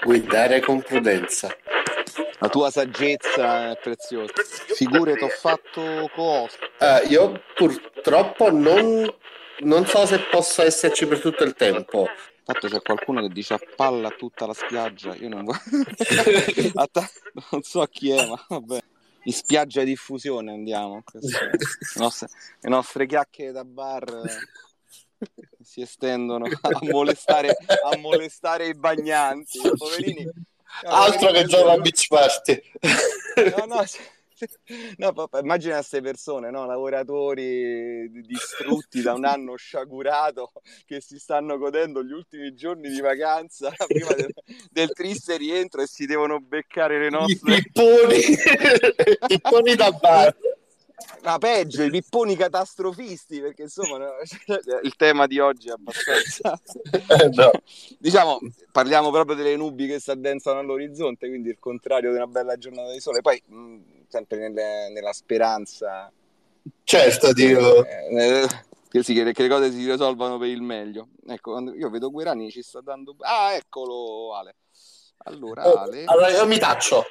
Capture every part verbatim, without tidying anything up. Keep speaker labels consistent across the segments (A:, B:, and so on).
A: Guidare con prudenza.
B: La tua saggezza è preziosa. Figure, t'ho fatto co-host.
A: Eh, io purtroppo non, non so se posso esserci per tutto il tempo.
B: Fatto c'è qualcuno che dice a palla a tutta la spiaggia. Io non, vo- Atta- non so chi è, ma vabbè. In spiaggia diffusione andiamo. Queste, le, nostre, le nostre chiacchiere da bar eh, si estendono a molestare, a molestare i bagnanti. Poverini. No,
A: Altro
B: poverini
A: che
B: questi
A: gioco a
B: all'u-
A: beach party.
B: No, no, sì, sì. No, papà, immagina queste persone, no? Lavoratori di- distrutti da un anno sciagurato che si stanno godendo gli ultimi giorni di vacanza prima del, del triste rientro e si devono beccare le
A: I
B: nostre...
A: pipponi, i pipponi da
B: I-
A: bar.
B: Ma peggio, i pipponi catastrofisti, perché insomma no, il tema di oggi è abbastanza...
A: Eh, no.
B: Diciamo, parliamo proprio delle nubi che si addensano all'orizzonte, quindi il contrario di una bella giornata di sole. Poi, mh, sempre nelle- nella speranza
A: Certo, dico.
B: eh, che, sì, che, che le cose si risolvano per il meglio. Ecco, quando io vedo Guerani ci sta dando... Ah, eccolo Ale. Allora,
A: Oh,
B: Ale...
A: allora io mi taccio.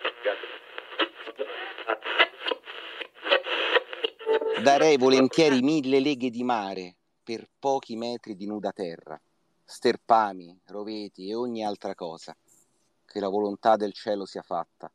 B: Darei volentieri mille leghe di mare per pochi metri di nuda terra, sterpami, roveti e ogni altra cosa. Che la volontà del cielo sia fatta.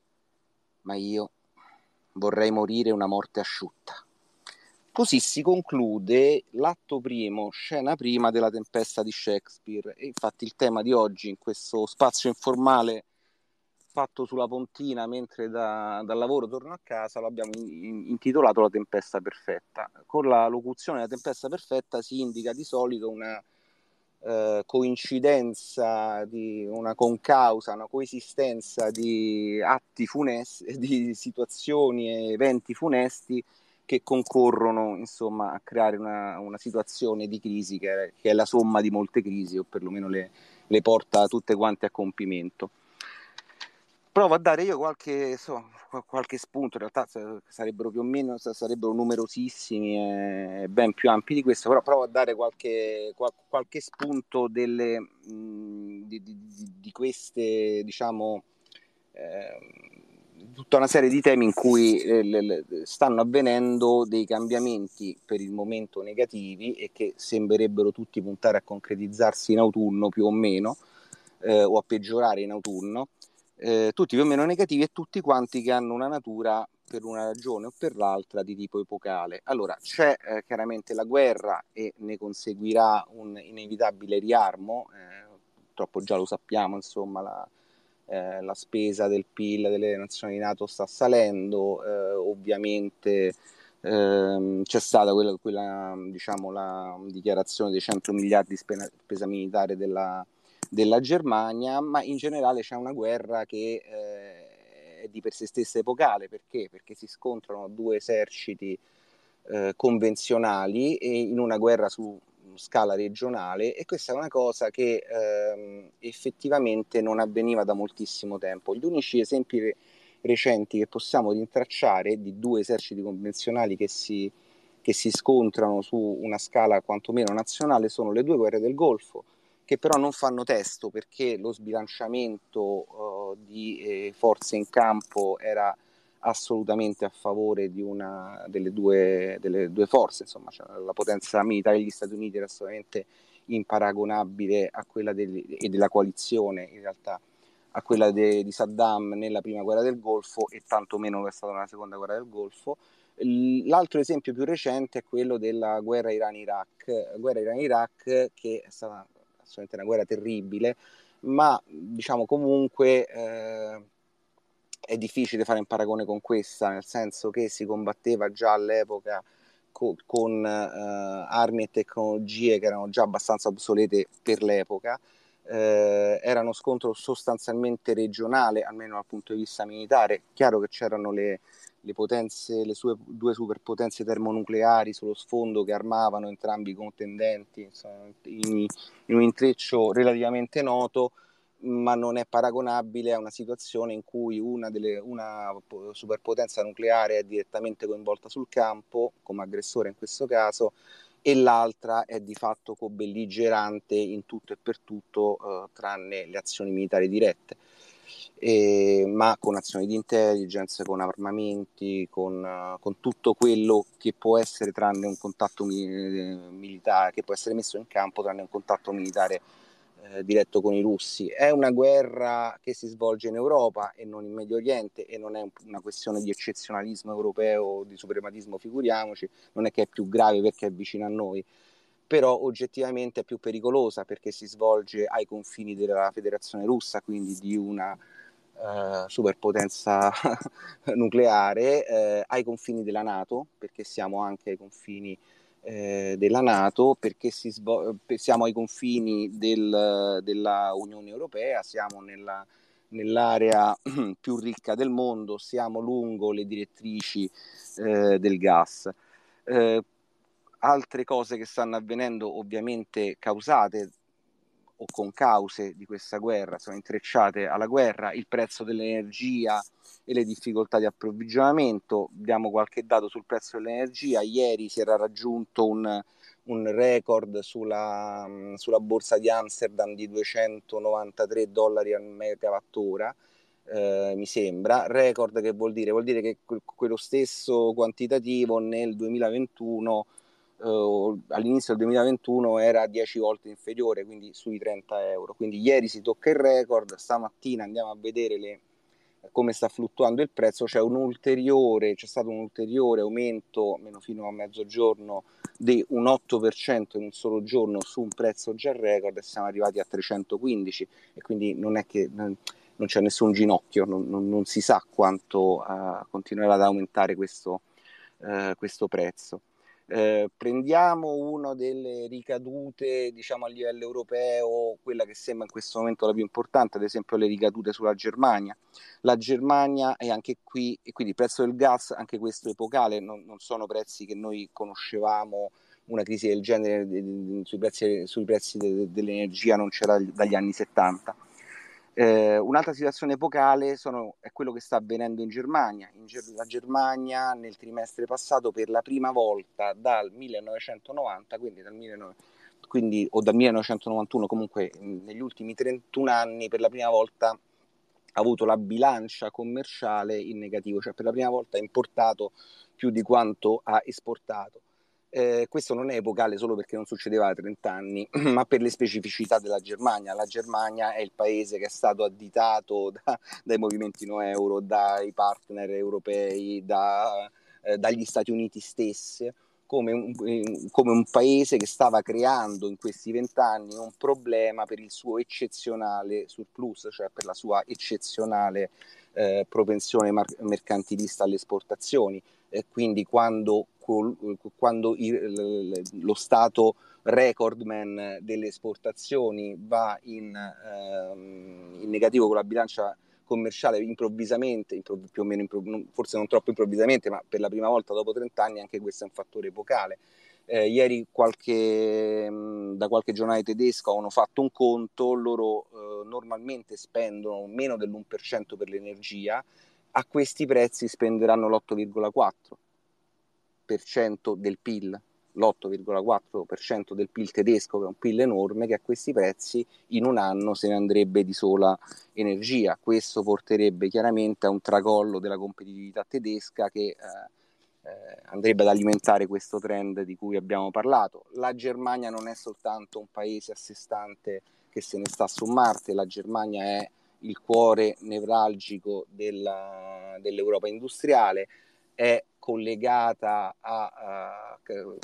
B: Ma io vorrei morire una morte asciutta. Così si conclude l'atto primo, scena prima della Tempesta di Shakespeare. E infatti il tema di oggi, in questo spazio informale fatto sulla pontina mentre da, dal lavoro torno a casa, l'abbiamo in, intitolato La Tempesta Perfetta. Con la locuzione La Tempesta Perfetta si indica di solito una eh, coincidenza, di una concausa, una coesistenza di atti funesti, di situazioni e eventi funesti che concorrono insomma a creare una, una situazione di crisi che è, che è la somma di molte crisi, o perlomeno le, le porta tutte quante a compimento. Provo a dare io qualche, insomma, qualche spunto, in realtà sarebbero più o meno sarebbero numerosissimi e ben più ampi di questo, però provo a dare qualche, qualche spunto delle, mh, di, di, di queste, diciamo, eh, tutta una serie di temi in cui eh, stanno avvenendo dei cambiamenti per il momento negativi e che sembrerebbero tutti puntare a concretizzarsi in autunno più o meno, eh, o a peggiorare in autunno. Eh, tutti più o meno negativi e tutti quanti che hanno una natura per una ragione o per l'altra di tipo epocale. Allora c'è eh, chiaramente la guerra e ne conseguirà un inevitabile riarmo, eh, purtroppo già lo sappiamo, insomma la, eh, la spesa del P I L delle nazioni NATO sta salendo, eh, ovviamente ehm, c'è stata quella, quella diciamo la dichiarazione dei cento miliardi di spesa, spesa militare della della Germania, ma in generale c'è una guerra che eh, è di per sé stessa epocale. Perché? Perché si scontrano due eserciti eh, convenzionali e in una guerra su scala regionale, e questa è una cosa che ehm, effettivamente non avveniva da moltissimo tempo. Gli unici esempi re- recenti che possiamo rintracciare di due eserciti convenzionali che si, che si scontrano su una scala quantomeno nazionale sono le due guerre del Golfo, che però non fanno testo perché lo sbilanciamento uh, di eh, forze in campo era assolutamente a favore di una delle due, delle due forze, insomma, cioè la potenza militare degli Stati Uniti era assolutamente imparagonabile a quella del, e della coalizione in realtà a quella de, di Saddam nella prima guerra del Golfo, e tanto meno lo è stata nella seconda guerra del Golfo. L'altro esempio più recente è quello della guerra Iran-Iraq, guerra Iran-Iraq che è stata assolutamente una guerra terribile, ma diciamo comunque eh, è difficile fare un paragone con questa, nel senso che si combatteva già all'epoca co- con eh, armi e tecnologie che erano già abbastanza obsolete per l'epoca. Eh, era uno scontro sostanzialmente regionale, almeno dal punto di vista militare. Chiaro che c'erano le, le potenze, le sue due superpotenze termonucleari sullo sfondo che armavano entrambi i contendenti, insomma, in, in un intreccio relativamente noto, ma non è paragonabile a una situazione in cui una, delle, una superpotenza nucleare è direttamente coinvolta sul campo, come aggressore in questo caso, e l'altra è di fatto co-belligerante in tutto e per tutto, eh, tranne le azioni militari dirette, e, ma con azioni di intelligence, con armamenti, con, uh, con tutto quello che può essere tranne un contatto mi- militare, che può essere messo in campo tranne un contatto militare eh, diretto con i russi. È una guerra che si svolge in Europa e non in Medio Oriente, e non è un, una questione di eccezionalismo europeo o di suprematismo, figuriamoci, non è che è più grave perché è vicino a noi, però oggettivamente è più pericolosa perché si svolge ai confini della Federazione Russa, quindi di una Uh, superpotenza nucleare, eh, ai confini della NATO, perché siamo anche ai confini eh, della NATO, perché si svo- siamo ai confini del, della Unione Europea, siamo nella, nell'area più ricca del mondo, siamo lungo le direttrici eh, del gas. Eh, altre cose che stanno avvenendo, ovviamente causate o con cause di questa guerra, sono intrecciate alla guerra, il prezzo dell'energia e le difficoltà di approvvigionamento. Diamo qualche dato sul prezzo dell'energia: ieri si era raggiunto un, un record sulla, sulla borsa di Amsterdam di duecentonovantatré dollari al megawattora, eh, mi sembra, record che vuol dire? Vuol dire che que- quello stesso quantitativo nel duemilaventuno, Uh, all'inizio del duemilaventuno, era dieci volte inferiore, quindi sui trenta euro. Quindi ieri si tocca il record, stamattina andiamo a vedere le, come sta fluttuando il prezzo. C'è un ulteriore, c'è stato un ulteriore aumento, meno fino a mezzogiorno, di un otto per cento in un solo giorno su un prezzo già record, e siamo arrivati a trecentoquindici, e quindi non è che non, non c'è nessun ginocchio, non, non, non si sa quanto uh, continuerà ad aumentare questo, uh, questo prezzo. Eh, prendiamo una delle ricadute, diciamo, a livello europeo, quella che sembra in questo momento la più importante, ad esempio le ricadute sulla Germania. La Germania è anche qui, e quindi il prezzo del gas, anche questo epocale, non, non sono prezzi che noi conoscevamo, una crisi del genere sui prezzi, sui prezzi de, dell'energia non c'era dagli anni settanta. Eh, un'altra situazione epocale sono, è quello che sta avvenendo in Germania. In Ger- la Germania nel trimestre passato, per la prima volta dal millenovecentonovanta, quindi dal millenovecento, quindi, o dal millenovecentonovantuno, comunque negli ultimi trentuno anni, per la prima volta ha avuto la bilancia commerciale in negativo, cioè per la prima volta ha importato più di quanto ha esportato. Eh, questo non è epocale solo perché non succedeva da trenta anni, ma per le specificità della Germania. La Germania è il paese che è stato additato da, dai movimenti no euro, dai partner europei, da, eh, dagli Stati Uniti stessi, come un, come un paese che stava creando in questi vent'anni un problema per il suo eccezionale surplus, cioè per la sua eccezionale eh, propensione mar- mercantilista alle esportazioni. E quindi quando, quando il, lo Stato recordman delle esportazioni va in, ehm, in negativo con la bilancia commerciale improvvisamente, improv- più o meno improv- forse non troppo improvvisamente, ma per la prima volta dopo trenta anni, anche questo è un fattore epocale. Eh, ieri qualche, mh, da qualche giornale tedesco hanno fatto un conto: loro eh, normalmente spendono meno dell'uno per cento per l'energia, a questi prezzi spenderanno l'otto virgola quattro per cento del P I L, l'otto virgola quattro per cento del P I L tedesco, che è un P I L enorme, che a questi prezzi in un anno se ne andrebbe di sola energia. Questo porterebbe chiaramente a un tracollo della competitività tedesca che eh, eh, andrebbe ad alimentare questo trend di cui abbiamo parlato. La Germania non è soltanto un paese a sé stante che se ne sta su Marte, la Germania è il cuore nevralgico della, dell'Europa industriale, è collegata a, a,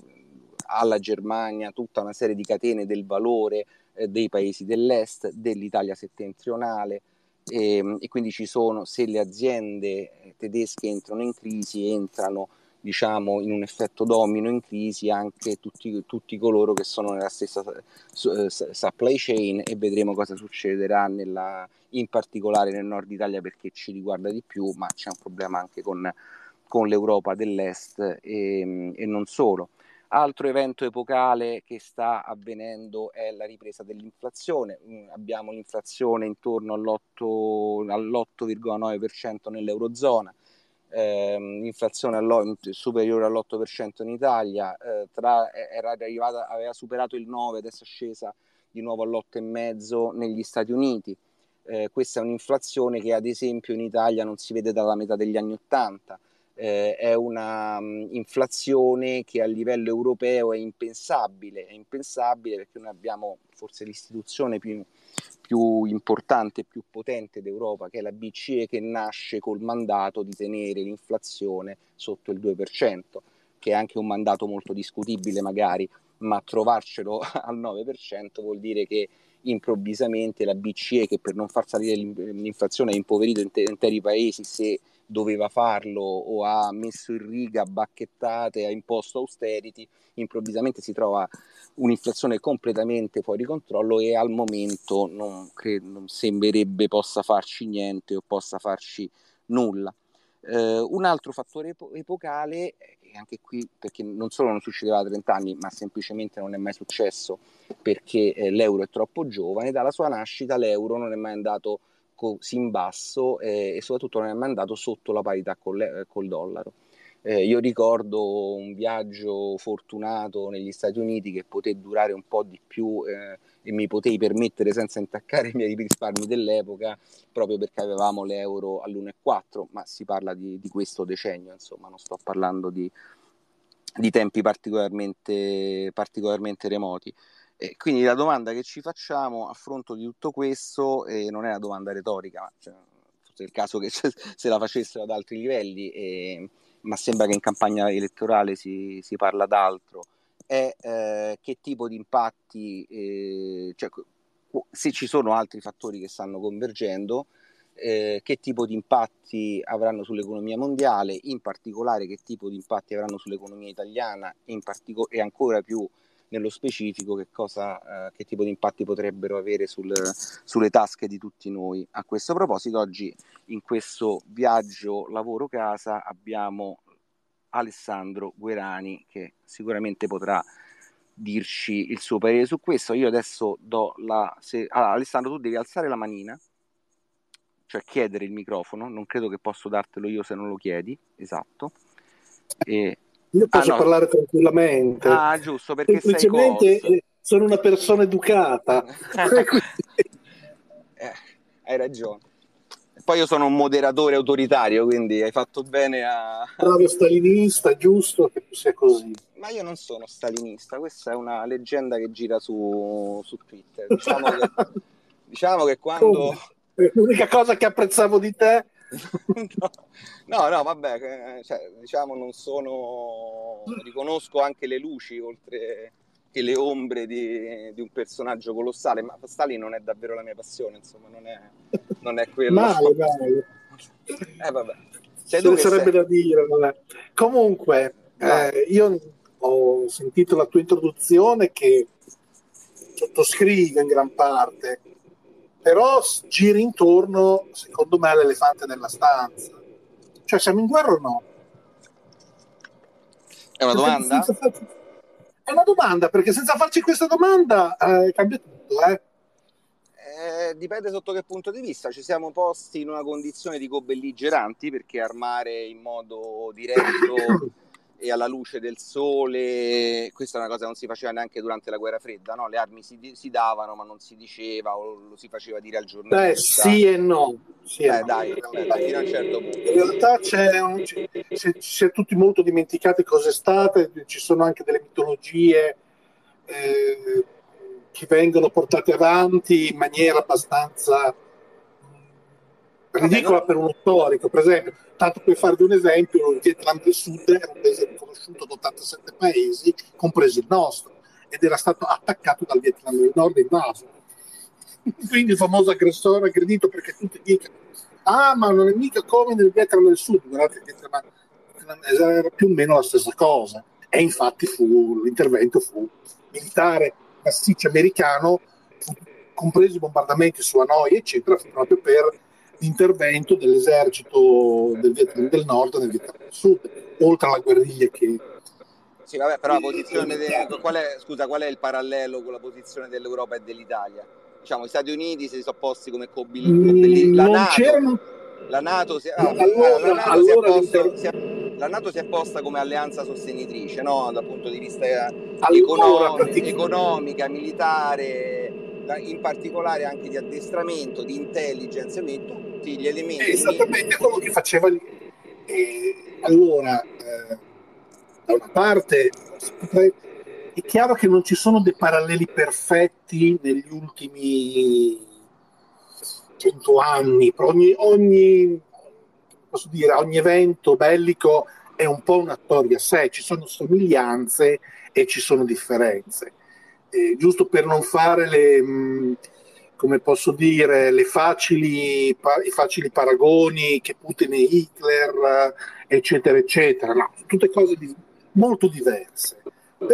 B: alla Germania tutta una serie di catene del valore eh, dei paesi dell'est, dell'Italia settentrionale, e, e quindi ci sono, se le aziende tedesche entrano in crisi, entrano, diciamo, in un effetto domino in crisi anche tutti, tutti coloro che sono nella stessa uh, supply chain, e vedremo cosa succederà nella, in particolare nel nord Italia, perché ci riguarda di più, ma c'è un problema anche con, con l'Europa dell'est e, e non solo. Altro evento epocale che sta avvenendo è la ripresa dell'inflazione. Abbiamo l'inflazione intorno all'otto, all'otto virgola nove per cento nell'Eurozona. ehm, inflazione allo- superiore all'otto per cento in Italia, eh, tra, era arrivata, aveva superato il nove, adesso è scesa di nuovo all'otto virgola cinque negli Stati Uniti. Eh, questa è un'inflazione che ad esempio in Italia non si vede dalla metà degli anni Ottanta. Eh, è una um, inflazione che a livello europeo è impensabile, è impensabile perché noi abbiamo forse l'istituzione più, più importante e più potente d'Europa, che è la B C E, che nasce col mandato di tenere l'inflazione sotto il due per cento, che è anche un mandato molto discutibile magari, ma trovarcelo al nove per cento vuol dire che improvvisamente la B C E, che per non far salire l'inflazione ha impoverito interi paesi se doveva farlo, o ha messo in riga bacchettate, ha imposto austerity, improvvisamente si trova un'inflazione completamente fuori controllo e al momento non, credo, non sembrerebbe possa farci niente o possa farci nulla. Eh, un altro fattore epo- epocale, e anche qui perché non solo non succedeva da trenta anni, ma semplicemente non è mai successo perché eh, l'euro è troppo giovane, dalla sua nascita l'euro non è mai andato così in basso eh, e soprattutto non è mai andato sotto la parità col, col dollaro. Eh, io ricordo un viaggio fortunato negli Stati Uniti che poté durare un po' di più eh, e mi potei permettere senza intaccare i miei risparmi dell'epoca, proprio perché avevamo l'euro all'uno virgola quattro, ma si parla di, di questo decennio, insomma, non sto parlando di, di tempi particolarmente, particolarmente remoti. E quindi la domanda che ci facciamo a fronte di tutto questo eh, non è una domanda retorica, ma cioè, forse è il caso che se la facessero ad altri livelli, eh, ma sembra che in campagna elettorale si, si parla d'altro, è eh, che tipo di impatti, eh, cioè, se ci sono altri fattori che stanno convergendo, eh, che tipo di impatti avranno sull'economia mondiale, in particolare che tipo di impatti avranno sull'economia italiana in partico- e ancora più nello specifico che, cosa, eh, che tipo di impatti potrebbero avere sul, sulle tasche di tutti noi. A questo proposito oggi in questo viaggio lavoro-casa abbiamo Alessandro Guerani che sicuramente potrà dirci il suo parere su questo. Io adesso do la... Se... Allora, Alessandro, tu devi alzare la manina, cioè chiedere il microfono, non credo che posso dartelo io se non lo chiedi, esatto. E...
C: Io
B: Ah,
C: posso
B: no.
C: parlare tranquillamente,
B: Ah, giusto, perché sei
C: semplicemente
B: coach.
C: eh, sono una persona educata.
B: eh, hai ragione. Poi io sono un moderatore autoritario, quindi hai fatto bene a...
C: Bravo stalinista, giusto che tu sia così.
B: Ma io non sono stalinista, questa è una leggenda che gira su, su Twitter. Diciamo che, diciamo che quando...
C: L'unica cosa che apprezzavo di te...
B: no, no, no, vabbè, cioè, diciamo non sono... riconosco anche le luci oltre che le ombre di, di un personaggio colossale, ma Stalin non è davvero la mia passione, insomma, non è, non è quello.
C: Male, male.
B: Eh, vabbè. Sei
C: Ce
B: tu
C: ne
B: che
C: sarebbe
B: sei.
C: da dire, vabbè. Comunque, eh, io ho sentito la tua introduzione che sottoscrivo in gran parte, però giri intorno, secondo me, all'elefante nella stanza. Cioè, siamo in guerra o no?
B: È una
C: Perché
B: domanda?
C: farci... È una domanda, perché senza farci questa domanda eh, cambia tutto, eh?
B: Eh, dipende sotto che punto di vista. Ci siamo posti in una condizione di co-belligeranti perché armare in modo diretto e alla luce del sole, questa è una cosa che non si faceva neanche durante la guerra fredda, no? Le armi si, si davano ma non si diceva o lo si faceva dire al
C: Beh,
B: giornalista.
C: sì e no. Sì e
B: Beh
C: no.
B: dai, aspetta, fino a un certo punto.
C: In realtà c'è un, ci, si è tutti molto dimenticati cos'è stata, ci sono anche delle mitologie eh, che vengono portate avanti in maniera abbastanza ridicola
B: Vabbè,
C: per uno storico. Per esempio, tanto per farvi un esempio, il Vietnam del Sud era un paese riconosciuto da ottantasette paesi, compreso il nostro, ed era stato attaccato dal Vietnam del Nord invaso. Quindi il famoso aggressore aggredito, perché tutti dicono ah, ma non è mica come nel Vietnam del Sud. Guardate, il Vietnam era più o meno la stessa cosa, e infatti fu, l'intervento fu militare massiccio americano, fu, compresi i bombardamenti su Hanoi eccetera, fu proprio per l'intervento dell'esercito del Vietnam del Nord nel Vietnam del Sud, oltre alla guerriglia che...
B: Sì, vabbè, però la posizione de... qual è, scusa, qual è il parallelo con la posizione dell'Europa e dell'Italia? Diciamo, gli Stati Uniti si sono posti come cobili, cobili...
C: Mm,
B: la
C: non
B: NATO.
C: c'erano
B: La NATO si, ah,
C: allora,
B: la NATO
C: allora
B: si è posto,
C: l'inter...
B: si è, la NATO si è posta come alleanza sostenitrice, no? Dal punto di vista
C: allora
B: econom-
C: praticamente
B: economica, militare, in particolare anche di addestramento, di intelligence, quindi tutti gli
C: è
B: elementi.
C: esattamente quello che faceva lì. E allora, eh, da una parte, è chiaro che non ci sono dei paralleli perfetti negli ultimi cento anni. Per ogni, ogni, posso dire, ogni evento bellico è un po' una storia a sé, ci sono somiglianze e ci sono differenze. Eh, giusto per non fare le, mh, come posso dire, le facili, pa- i facili paragoni che Putin e Hitler, eh, eccetera, eccetera. No, sono tutte cose di- molto diverse.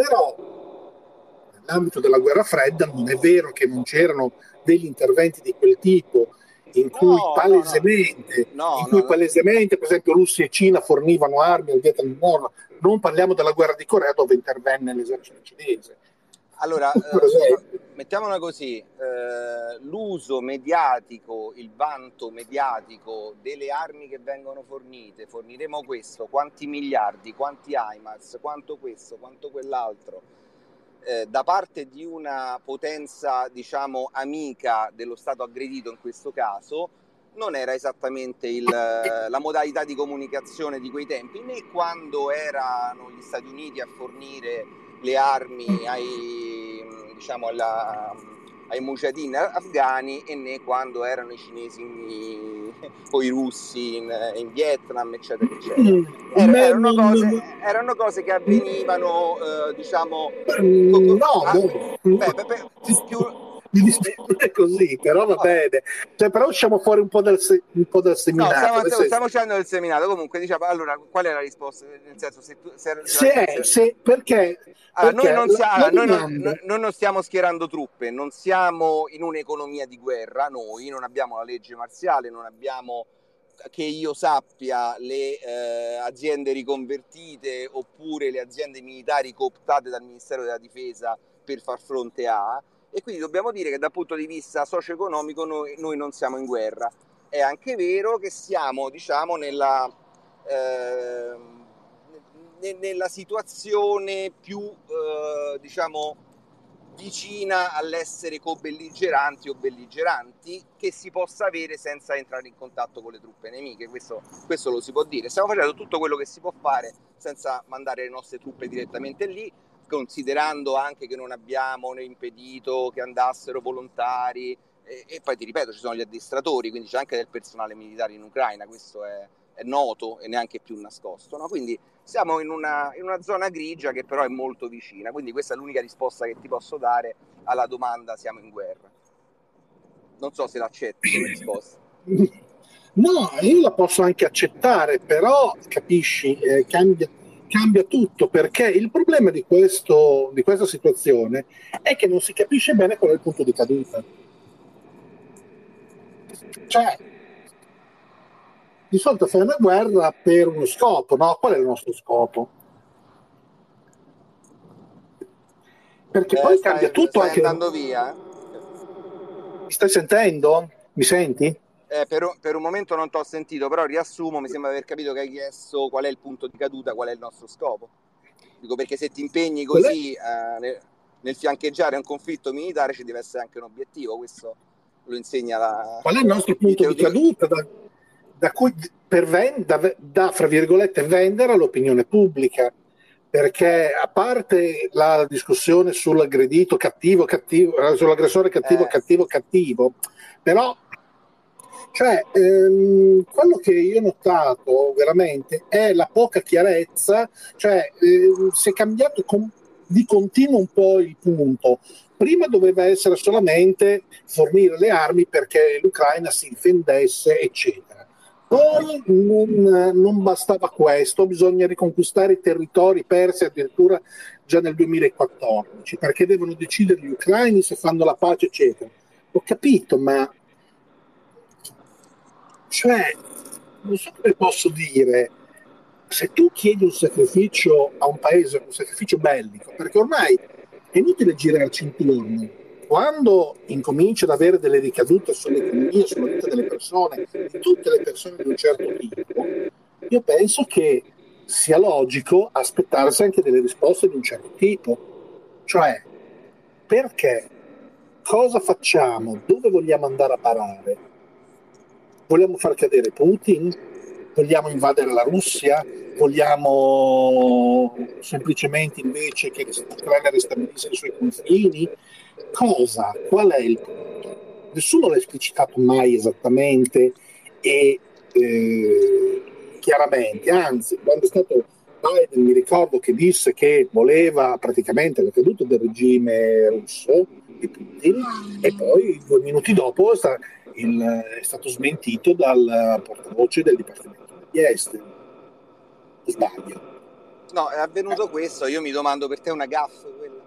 C: Però nell'ambito della guerra fredda non è vero che non c'erano degli interventi di quel tipo in cui
B: No, no, no,
C: palesemente,
B: no,
C: in
B: no,
C: cui
B: no.
C: palesemente, per esempio, Russia e Cina fornivano armi al Vietnam del Nord. Non parliamo della guerra di Corea dove intervenne l'esercito cinese.
B: Allora,
C: Per
B: eh,
C: esempio.
B: mettiamola così, eh, l'uso mediatico, il vanto mediatico delle armi che vengono fornite, forniremo questo, quanti miliardi, quanti HIMARS, quanto questo, quanto quell'altro, eh, da parte di una potenza, diciamo, amica dello Stato aggredito in questo caso, non era esattamente il, la modalità di comunicazione di quei tempi, né quando erano gli Stati Uniti a fornire le armi ai, diciamo, alla, ai mujahideen afghani, e né quando erano i cinesi o i russi in, in Vietnam, eccetera, eccetera. Er, erano, cose, erano cose che avvenivano, eh, diciamo,
C: no,
B: a,
C: no.
B: beh, beh, beh, più...
C: Mi dispiace così, però va bene. Cioè, però usciamo fuori un po' dal, se, un po' dal seminato.
B: No, stiamo,
C: senso...
B: stiamo facendo il seminato. Comunque, diciamo, allora, qual è la risposta? Nel senso, se tu, se,
C: se, se, se, perché,
B: allora,
C: perché
B: noi, non
C: la,
B: siamo,
C: la
B: noi, non,
C: domanda...
B: noi non stiamo schierando truppe, non siamo in un'economia di guerra, noi non abbiamo la legge marziale, non abbiamo, che io sappia, le eh, aziende riconvertite oppure le aziende militari cooptate dal Ministero della Difesa per far fronte a, e quindi dobbiamo dire che dal punto di vista socio-economico noi, noi non siamo in guerra. È anche vero che siamo, diciamo, nella, eh, nella situazione più, eh, diciamo, vicina all'essere co-belligeranti o belligeranti che si possa avere senza entrare in contatto con le truppe nemiche. Questo, questo lo si può dire. Stiamo facendo tutto quello che si può fare senza mandare le nostre truppe direttamente lì, considerando anche che non abbiamo né impedito che andassero volontari, e, e poi ti ripeto, ci sono gli addestratori, quindi c'è anche del personale militare in Ucraina, questo è, è noto e neanche più nascosto, no? Quindi siamo in una, in una zona grigia che però è molto vicina, quindi questa è l'unica risposta che ti posso dare alla domanda siamo in guerra. Non so se l'accetti come risposta.
C: No, io la posso anche accettare, però capisci, eh, cambia, cambia tutto, perché il problema di, questo, di questa situazione è che non si capisce bene qual è il punto di caduta. Cioè, di solito fai una guerra per uno scopo, no? Qual è il nostro scopo? Perché
B: Eh,
C: poi
B: stai,
C: cambia tutto
B: stai
C: anche...
B: andando via?
C: Mi stai sentendo? Mi senti?
B: Eh, per, un, per un momento non ti ho sentito, però riassumo, mi sembra aver capito che hai chiesto qual è il punto di caduta, qual è il nostro scopo. Dico, perché se ti impegni così eh, nel, nel fiancheggiare un conflitto militare ci deve essere anche un obiettivo, questo lo insegna la...
C: Qual è il nostro punto di caduta da, da cui per vend- da, da, fra virgolette, vendere all'opinione pubblica? Perché a parte la discussione sull'aggredito cattivo, cattivo, sull'aggressore cattivo,
B: eh.
C: cattivo, cattivo, però cioè, ehm, quello che io ho notato veramente è la poca chiarezza, cioè ehm, si è cambiato con, di continuo un po' il punto. Prima doveva essere solamente fornire le armi perché l'Ucraina si difendesse, eccetera. Poi non, non bastava questo, bisogna riconquistare i territori persi addirittura già nel duemilaquattordici, perché devono decidere gli ucraini se fanno la pace, eccetera. Ho capito, ma cioè, non so come posso dire, se tu chiedi un sacrificio a un paese, un sacrificio bellico, perché ormai è inutile girarci intorno, quando incomincia ad avere delle ricadute sull'economia, sulla vita delle persone, di tutte le persone di un certo tipo, io penso che sia logico aspettarsi anche delle risposte di un certo tipo. Cioè, perché? Cosa facciamo? Dove vogliamo andare a parare? Vogliamo far cadere Putin? Vogliamo invadere la Russia? Vogliamo semplicemente invece che l'Ucraina ristabilisca i suoi confini? Cosa? Qual è il punto? Nessuno l'ha esplicitato mai esattamente e eh, chiaramente, anzi, quando è stato Biden mi ricordo che disse che voleva praticamente la caduta del regime russo di Putin e poi due minuti dopo sta, il, è stato smentito dal portavoce del Dipartimento degli Esteri. Sbaglio.
B: No, è avvenuto questo, io mi domando, per te è una gaffe quella?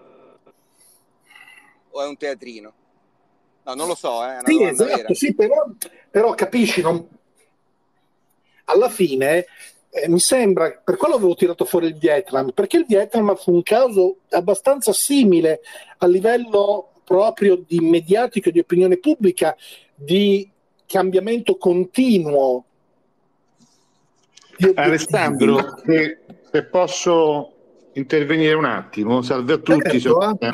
B: O è un teatrino? No, non lo so, eh, è una
C: sì,
B: domanda
C: esatto,
B: vera.
C: Sì, però, però capisci, non... alla fine eh, mi sembra, per quello avevo tirato fuori il Vietnam, perché il Vietnam fu un caso abbastanza simile a livello proprio di mediatico e di opinione pubblica, di cambiamento continuo di obiettivi.
D: Alessandro, se, se posso intervenire un attimo, salve a tutti.
C: Certo, eh.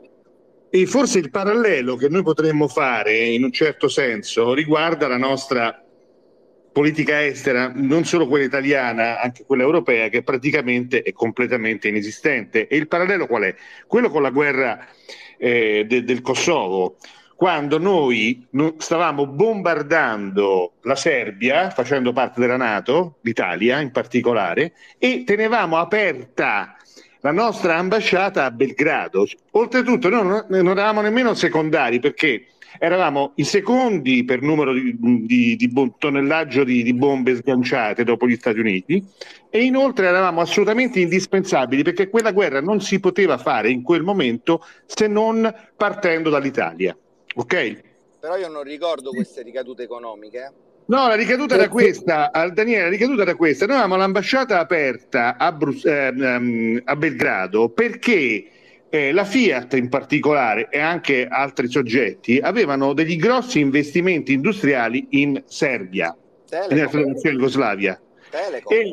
D: E forse il parallelo che noi potremmo fare in un certo senso riguarda la nostra politica estera, non solo quella italiana, anche quella europea, che praticamente è completamente inesistente. E il parallelo qual è? Quello con la guerra eh, de, del Kosovo, quando noi stavamo bombardando la Serbia, facendo parte della NATO, l'Italia in particolare, e tenevamo aperta la nostra ambasciata a Belgrado. Oltretutto noi non, non eravamo nemmeno secondari, perché eravamo i secondi per numero di, di, di tonnellaggio di, di bombe sganciate dopo gli Stati Uniti, e inoltre eravamo assolutamente indispensabili, perché quella guerra non si poteva fare in quel momento se non partendo dall'Italia. Ok?
B: Però io non ricordo queste ricadute economiche. Eh?
D: No, la ricaduta era questa, Daniele, la ricaduta era questa. Noi avevamo l'ambasciata aperta a, Brus- ehm, a Belgrado perché eh, la Fiat in particolare e anche altri soggetti avevano degli grossi investimenti industriali in Serbia,
B: Telecom.
D: nella Federazione Jugoslavia.
B: Telecom.
D: E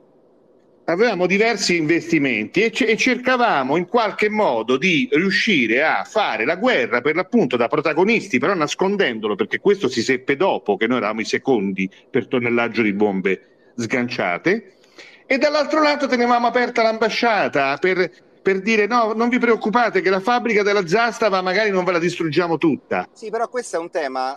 D: avevamo diversi investimenti e, c- e cercavamo in qualche modo di riuscire a fare la guerra per l'appunto da protagonisti, però nascondendolo, perché questo si seppe dopo che noi eravamo i secondi per tonnellaggio di bombe sganciate, e dall'altro lato tenevamo aperta l'ambasciata per, per dire no, non vi preoccupate che la fabbrica della Zastava magari non ve la distruggiamo tutta.
B: Sì, però questo è un tema,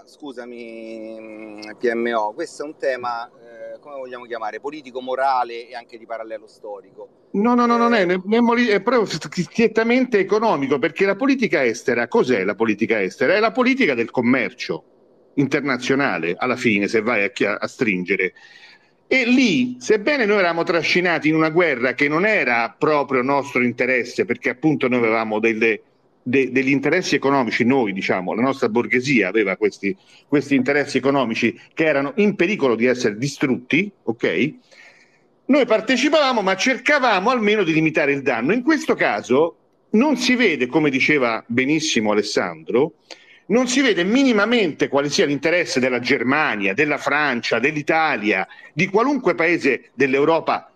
B: scusami P M O, questo è un tema, eh, come vogliamo chiamare, politico-morale e anche di parallelo storico.
D: No, no, no,
B: eh...
D: non è, è proprio schiettamente economico, perché la politica estera, cos'è la politica estera? È la politica del commercio internazionale, alla fine, se vai a, a stringere. E lì, sebbene noi eravamo trascinati in una guerra che non era proprio nostro interesse, perché appunto noi avevamo delle, de, degli interessi economici, noi diciamo, la nostra borghesia aveva questi, questi interessi economici che erano in pericolo di essere distrutti, ok? Noi partecipavamo, ma cercavamo almeno di limitare il danno. In questo caso non si vede, come diceva benissimo Alessandro, non si vede minimamente quale sia l'interesse della Germania, della Francia, dell'Italia, di qualunque paese dell'Europa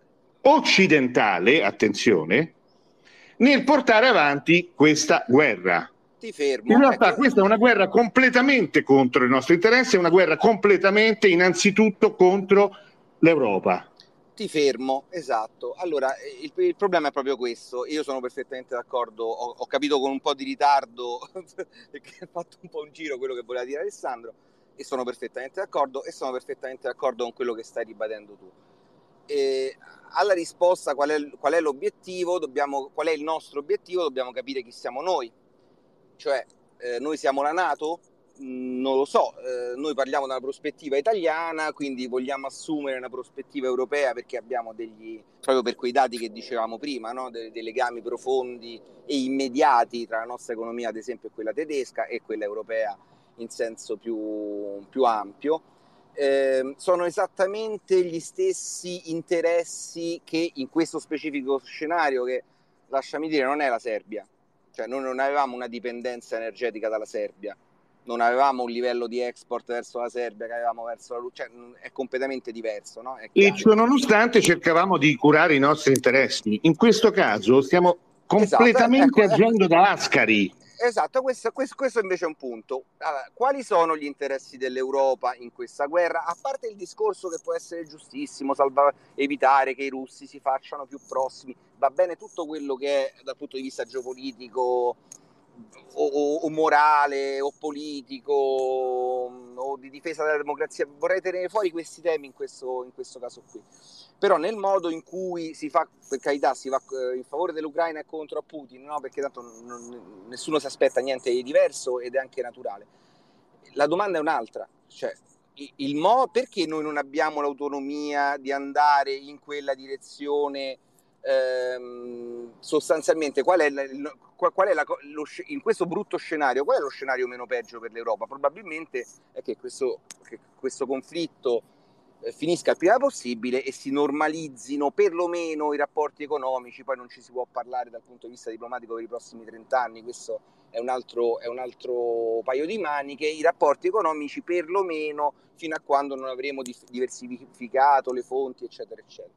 D: occidentale, attenzione, nel portare avanti questa guerra.
B: Ti fermo.
D: In realtà
B: ecco.
D: Questa è una guerra completamente contro il nostro interesse, è una guerra completamente innanzitutto contro l'Europa.
B: Ti fermo, esatto. Allora, il, il problema è proprio questo. Io sono perfettamente d'accordo, ho, ho capito con un po' di ritardo, perché ha fatto un po' un giro quello che voleva dire Alessandro, e sono perfettamente d'accordo, e sono perfettamente d'accordo con quello che stai ribadendo tu. E alla risposta qual è, qual è l'obiettivo, dobbiamo, qual è il nostro obiettivo, dobbiamo capire chi siamo noi. Cioè, eh, noi siamo la NATO? Non lo so, eh, noi parliamo da una prospettiva italiana, quindi vogliamo assumere una prospettiva europea perché abbiamo degli, proprio per quei dati che dicevamo prima, no? De- dei legami profondi e immediati tra la nostra economia, ad esempio quella tedesca, e quella europea in senso più, più ampio. Eh, sono esattamente gli stessi interessi che in questo specifico scenario, che lasciami dire non è la Serbia, cioè noi non avevamo una dipendenza energetica dalla Serbia, non avevamo un livello di export verso la Serbia che avevamo verso la Russia, cioè è completamente diverso, no? È
D: e ciò nonostante cercavamo di curare i nostri interessi. In questo caso stiamo completamente
B: esatto, ecco,
D: agendo da ascari.
B: Esatto, questo, questo, questo invece è un punto. Allora, quali sono gli interessi dell'Europa in questa guerra? A parte il discorso che può essere giustissimo, salva, evitare che i russi si facciano più prossimi, va bene tutto quello che è dal punto di vista geopolitico o, o, o morale o politico o di difesa della democrazia. Vorrei tenere fuori questi temi in questo, in questo caso qui. Però nel modo in cui si fa, per carità, si va in favore dell'Ucraina e contro a Putin, no? Perché tanto non, nessuno si aspetta niente di diverso ed è anche naturale. La domanda è un'altra, cioè il mo, perché noi non abbiamo l'autonomia di andare in quella direzione? Ehm, sostanzialmente qual è, la, qual è la, lo, in questo brutto scenario, qual è lo scenario meno peggio per l'Europa? Probabilmente è che questo, che questo conflitto finisca il prima possibile e si normalizzino perlomeno i rapporti economici. Poi non ci si può parlare dal punto di vista diplomatico per i prossimi trent'anni, questo è un altro, è un altro paio di maniche. I rapporti economici perlomeno fino a quando non avremo diversificato le fonti, eccetera eccetera.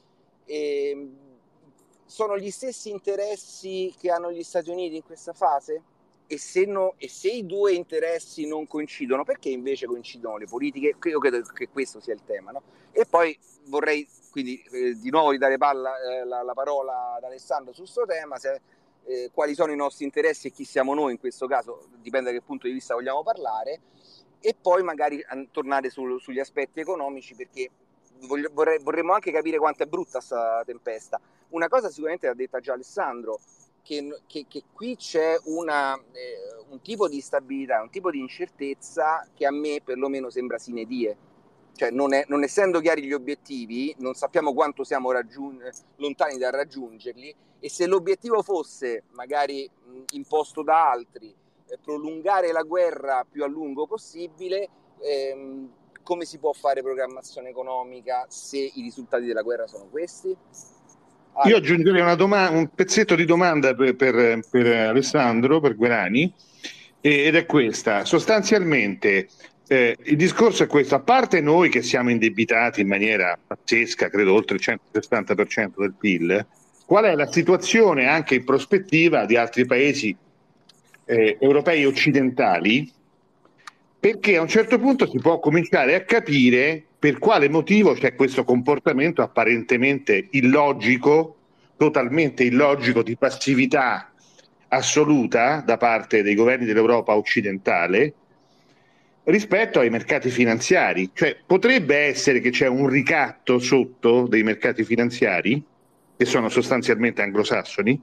B: E sono gli stessi interessi che hanno gli Stati Uniti in questa fase? E se, no, e se i due interessi non coincidono, perché invece coincidono le politiche? Io credo che questo sia il tema, no? E poi vorrei quindi eh, di nuovo ridare palla, eh, la, la parola ad Alessandro su questo tema, se, eh, quali sono i nostri interessi e chi siamo noi in questo caso, dipende da che punto di vista vogliamo parlare, e poi magari a, tornare sul, sugli aspetti economici, perché voglio, vorrei, vorremmo anche capire quanto è brutta questa tempesta. Una cosa sicuramente l'ha detta già Alessandro, Che, che, che qui c'è una, eh, un tipo di stabilità, un tipo di incertezza che a me perlomeno sembra sine die. Cioè non, è, non essendo chiari gli obiettivi, non sappiamo quanto siamo raggiun- lontani da raggiungerli, e se l'obiettivo fosse magari mh, imposto da altri, eh, prolungare la guerra più a lungo possibile, ehm, come si può fare programmazione economica se i risultati della guerra sono questi?
D: Io aggiungerei una doma- un pezzetto di domanda per, per, per Alessandro, per Guerani, ed è questa. Sostanzialmente eh, il discorso è questo: a parte noi che siamo indebitati in maniera pazzesca, credo oltre il centosessanta per cento del P I L, qual è la situazione anche in prospettiva di altri paesi eh, europei occidentali? Perché a un certo punto si può cominciare a capire per quale motivo c'è questo comportamento apparentemente illogico, totalmente illogico, di passività assoluta da parte dei governi dell'Europa occidentale rispetto ai mercati finanziari. Cioè, potrebbe essere che c'è un ricatto sotto dei mercati finanziari, che sono sostanzialmente anglosassoni?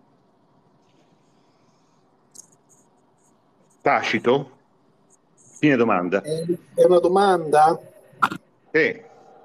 D: Tacito? Fine domanda.
C: È una domanda?
D: Sì.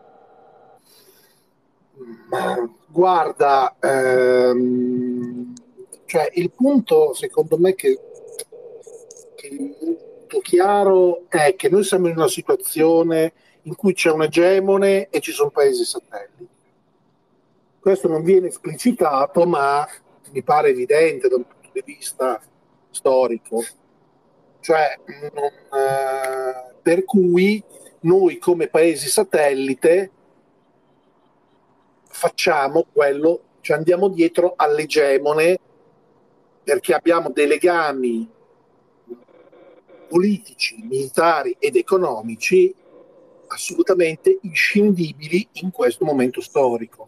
C: Guarda, ehm, cioè il punto secondo me che, che è molto chiaro è che noi siamo in una situazione in cui c'è un egemone e ci sono paesi satelliti. Questo non viene esplicitato, ma mi pare evidente da un punto di vista storico. Cioè, non, eh, per cui noi come paesi satellite facciamo quello, cioè andiamo dietro all'egemone perché abbiamo dei legami politici, militari ed economici assolutamente inscindibili in questo momento storico.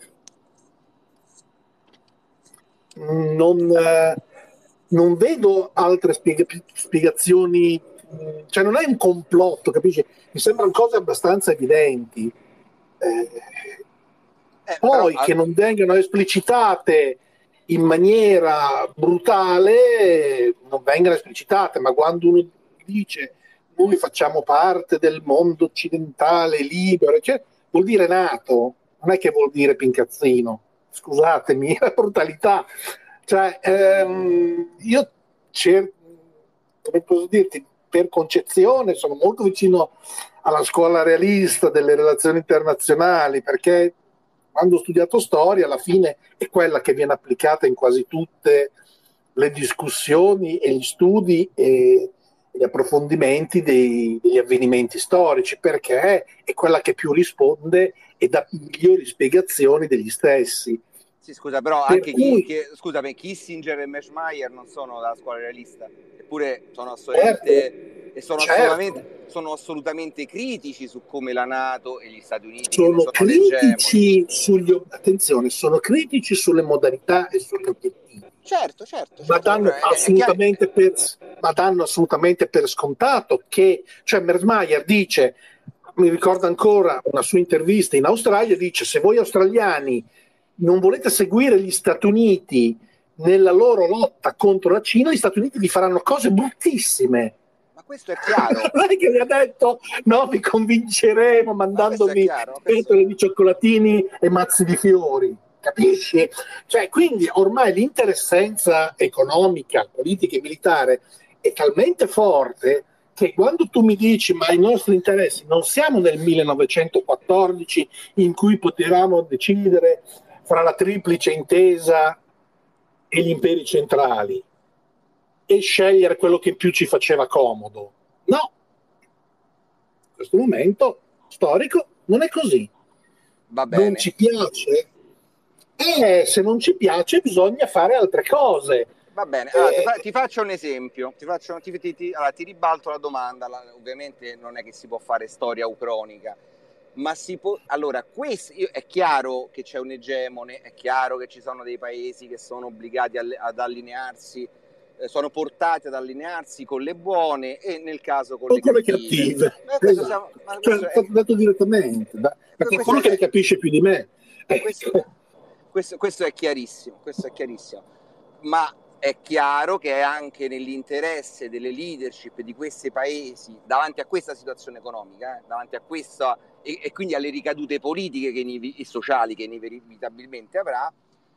C: Non, eh, non vedo altre spiega- spiegazioni, cioè non è un complotto, capisci? Mi sembrano cose abbastanza evidenti. Eh,
B: Eh,
C: poi
B: però,
C: che non vengano esplicitate in maniera brutale, non vengano esplicitate, ma quando uno dice noi facciamo parte del mondo occidentale libero, cioè, vuol dire NATO, non è che vuol dire pincazzino, scusatemi la brutalità. Cioè, ehm, io cerco, come posso dirti, per concezione sono molto vicino alla scuola realista delle relazioni internazionali, perché quando ho studiato storia alla fine è quella che viene applicata in quasi tutte le discussioni e gli studi e gli approfondimenti dei, degli avvenimenti storici, perché è quella che più risponde e dà migliori spiegazioni degli stessi.
B: Sì, scusa, però
C: Per
B: anche
C: cui,
B: chi, che, scusami, Kissinger e Meschmeyer non sono della scuola realista, eppure sono assolutamente,
C: certo,
B: e sono
C: certo,
B: assolutamente, sono assolutamente critici su come la NATO e gli Stati Uniti, che ne
C: sono
B: sono l'egemone.
C: critici sugli, attenzione, sono critici sulle modalità e sugli obiettivi,
B: Certo, certo,
C: ma
B: certo,
C: danno
B: però è, è chiaro.
C: assolutamente per, ma danno assolutamente per scontato che, cioè Mersmayer dice, mi ricordo ancora una sua intervista in Australia, dice se voi australiani non volete seguire gli Stati Uniti nella loro lotta contro la Cina, gli Stati Uniti vi faranno cose bruttissime.
B: Ma questo è chiaro,
C: Non è che mi ha detto no, vi convinceremo
B: ma questo è
C: mandandovi
B: chiaro, questo...
C: pentole di cioccolatini e mazzi di fiori, capisci? Cioè, quindi ormai l'interessenza economica, politica e militare è talmente forte che quando tu mi dici ma i nostri interessi non siamo nel millenovecentoquattordici in cui potevamo decidere fra la triplice intesa e gli imperi centrali e scegliere quello che più ci faceva comodo. No, in questo momento storico non è così.
B: Va
C: Non
B: bene,
C: ci piace? E se non ci piace bisogna fare altre cose.
B: va bene. Allora, ti, fa-
C: Eh,
B: ti faccio un esempio, ti, faccio, ti, ti- ti- allora, ti ribalto la domanda, la- ovviamente non è che si può fare storia ucronica, ma si può... Allora, questo, io- è chiaro che c'è un egemone, è chiaro che ci sono dei paesi che sono obbligati alle- ad allinearsi, eh, sono portati ad allinearsi con le buone e nel caso con
C: o
B: le
C: con le
B: cattive.
C: cattive,
B: Ma questo, siamo,
C: esatto.
B: ma
C: Cioè,
B: questo è...
C: l'ho detto direttamente, da, da
B: Questo
C: qualcuno che
B: è,
C: ne capisce più di me.
B: questo,
C: Ecco.
B: questo, questo è chiarissimo, questo è chiarissimo, ma è chiaro che è anche nell'interesse delle leadership di questi paesi davanti a questa situazione economica, eh, davanti a questa e, e quindi alle ricadute politiche che, e sociali che inevitabilmente avrà,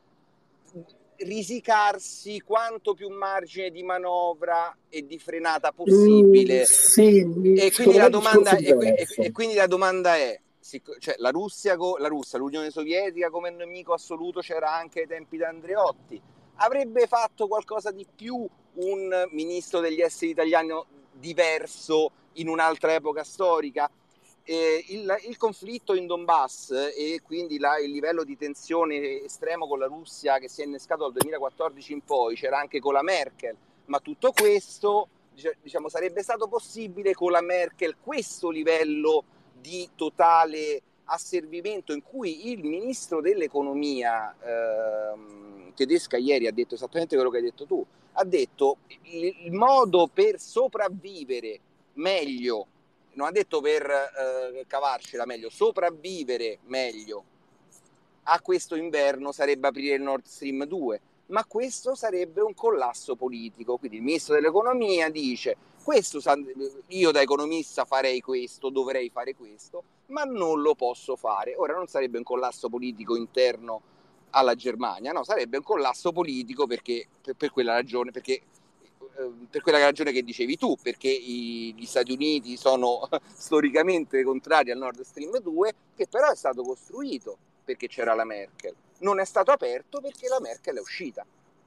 B: risicarsi quanto più margine di manovra e di frenata
C: Mm,
B: possibile.
C: sì,
B: E quindi
C: secondo me
B: la
C: il discorso
B: domanda,
C: è
B: e, e,
C: diverso.
B: e quindi la domanda è, cioè la Russia, la Russia, l'Unione Sovietica come nemico assoluto c'era anche ai tempi di Andreotti. Avrebbe fatto qualcosa di più un ministro degli esteri italiano diverso in un'altra epoca storica? Eh, il, il conflitto in Donbass e quindi la, il livello di tensione estremo con la Russia che si è innescato dal duemilaquattordici in poi, c'era anche con la Merkel, ma tutto questo diciamo sarebbe stato possibile con la Merkel questo livello di totale asservimento in cui il ministro dell'economia ehm, tedesca ieri ha detto esattamente quello che hai detto tu, ha detto il, il modo per sopravvivere meglio, non ha detto per eh, cavarcela meglio, sopravvivere meglio a questo inverno sarebbe aprire il Nord Stream due, ma questo sarebbe un collasso politico. Quindi il ministro dell'economia dice questo, io da economista farei questo, dovrei fare questo, ma non lo posso fare. Ora non sarebbe un collasso politico interno alla Germania, no, sarebbe un collasso politico perché, per, per quella ragione, perché per quella ragione che dicevi tu, perché i, gli Stati Uniti sono storicamente contrari al Nord Stream due, che però è stato costruito perché c'era la Merkel, non è stato aperto perché la Merkel è uscita.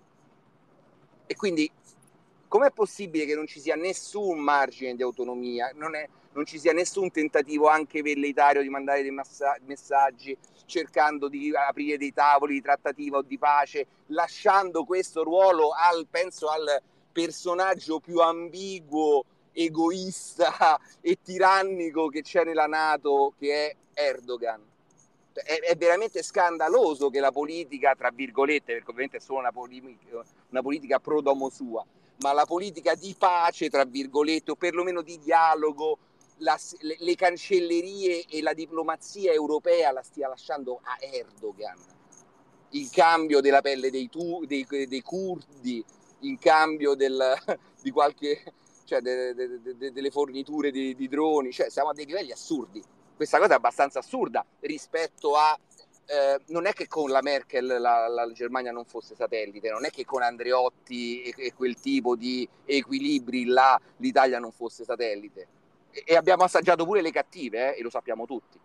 B: E quindi com'è possibile che non ci sia nessun margine di autonomia, non, è, non ci sia nessun tentativo anche velleitario di mandare dei massa- messaggi cercando di aprire dei tavoli di trattativa o di pace, lasciando questo ruolo al, penso al personaggio più ambiguo, egoista e tirannico che c'è nella NATO, che è Erdogan. È, è veramente scandaloso che la politica, tra virgolette, perché ovviamente è solo una politica, una politica pro domo sua, ma la politica di pace, tra virgolette, o perlomeno di dialogo, la, le, le cancellerie e la diplomazia europea la stia lasciando a Erdogan. Il cambio della pelle dei, tu, dei, dei curdi, in cambio del, di qualche, cioè de, de, de, de, delle forniture di, di droni, cioè siamo a dei livelli assurdi. Questa cosa è abbastanza assurda rispetto a eh, non è che con la Merkel la, la Germania non fosse satellite, non è che con Andreotti e, e quel tipo di equilibri là l'Italia non fosse satellite. E, e abbiamo assaggiato pure le cattive, eh, e lo sappiamo tutti.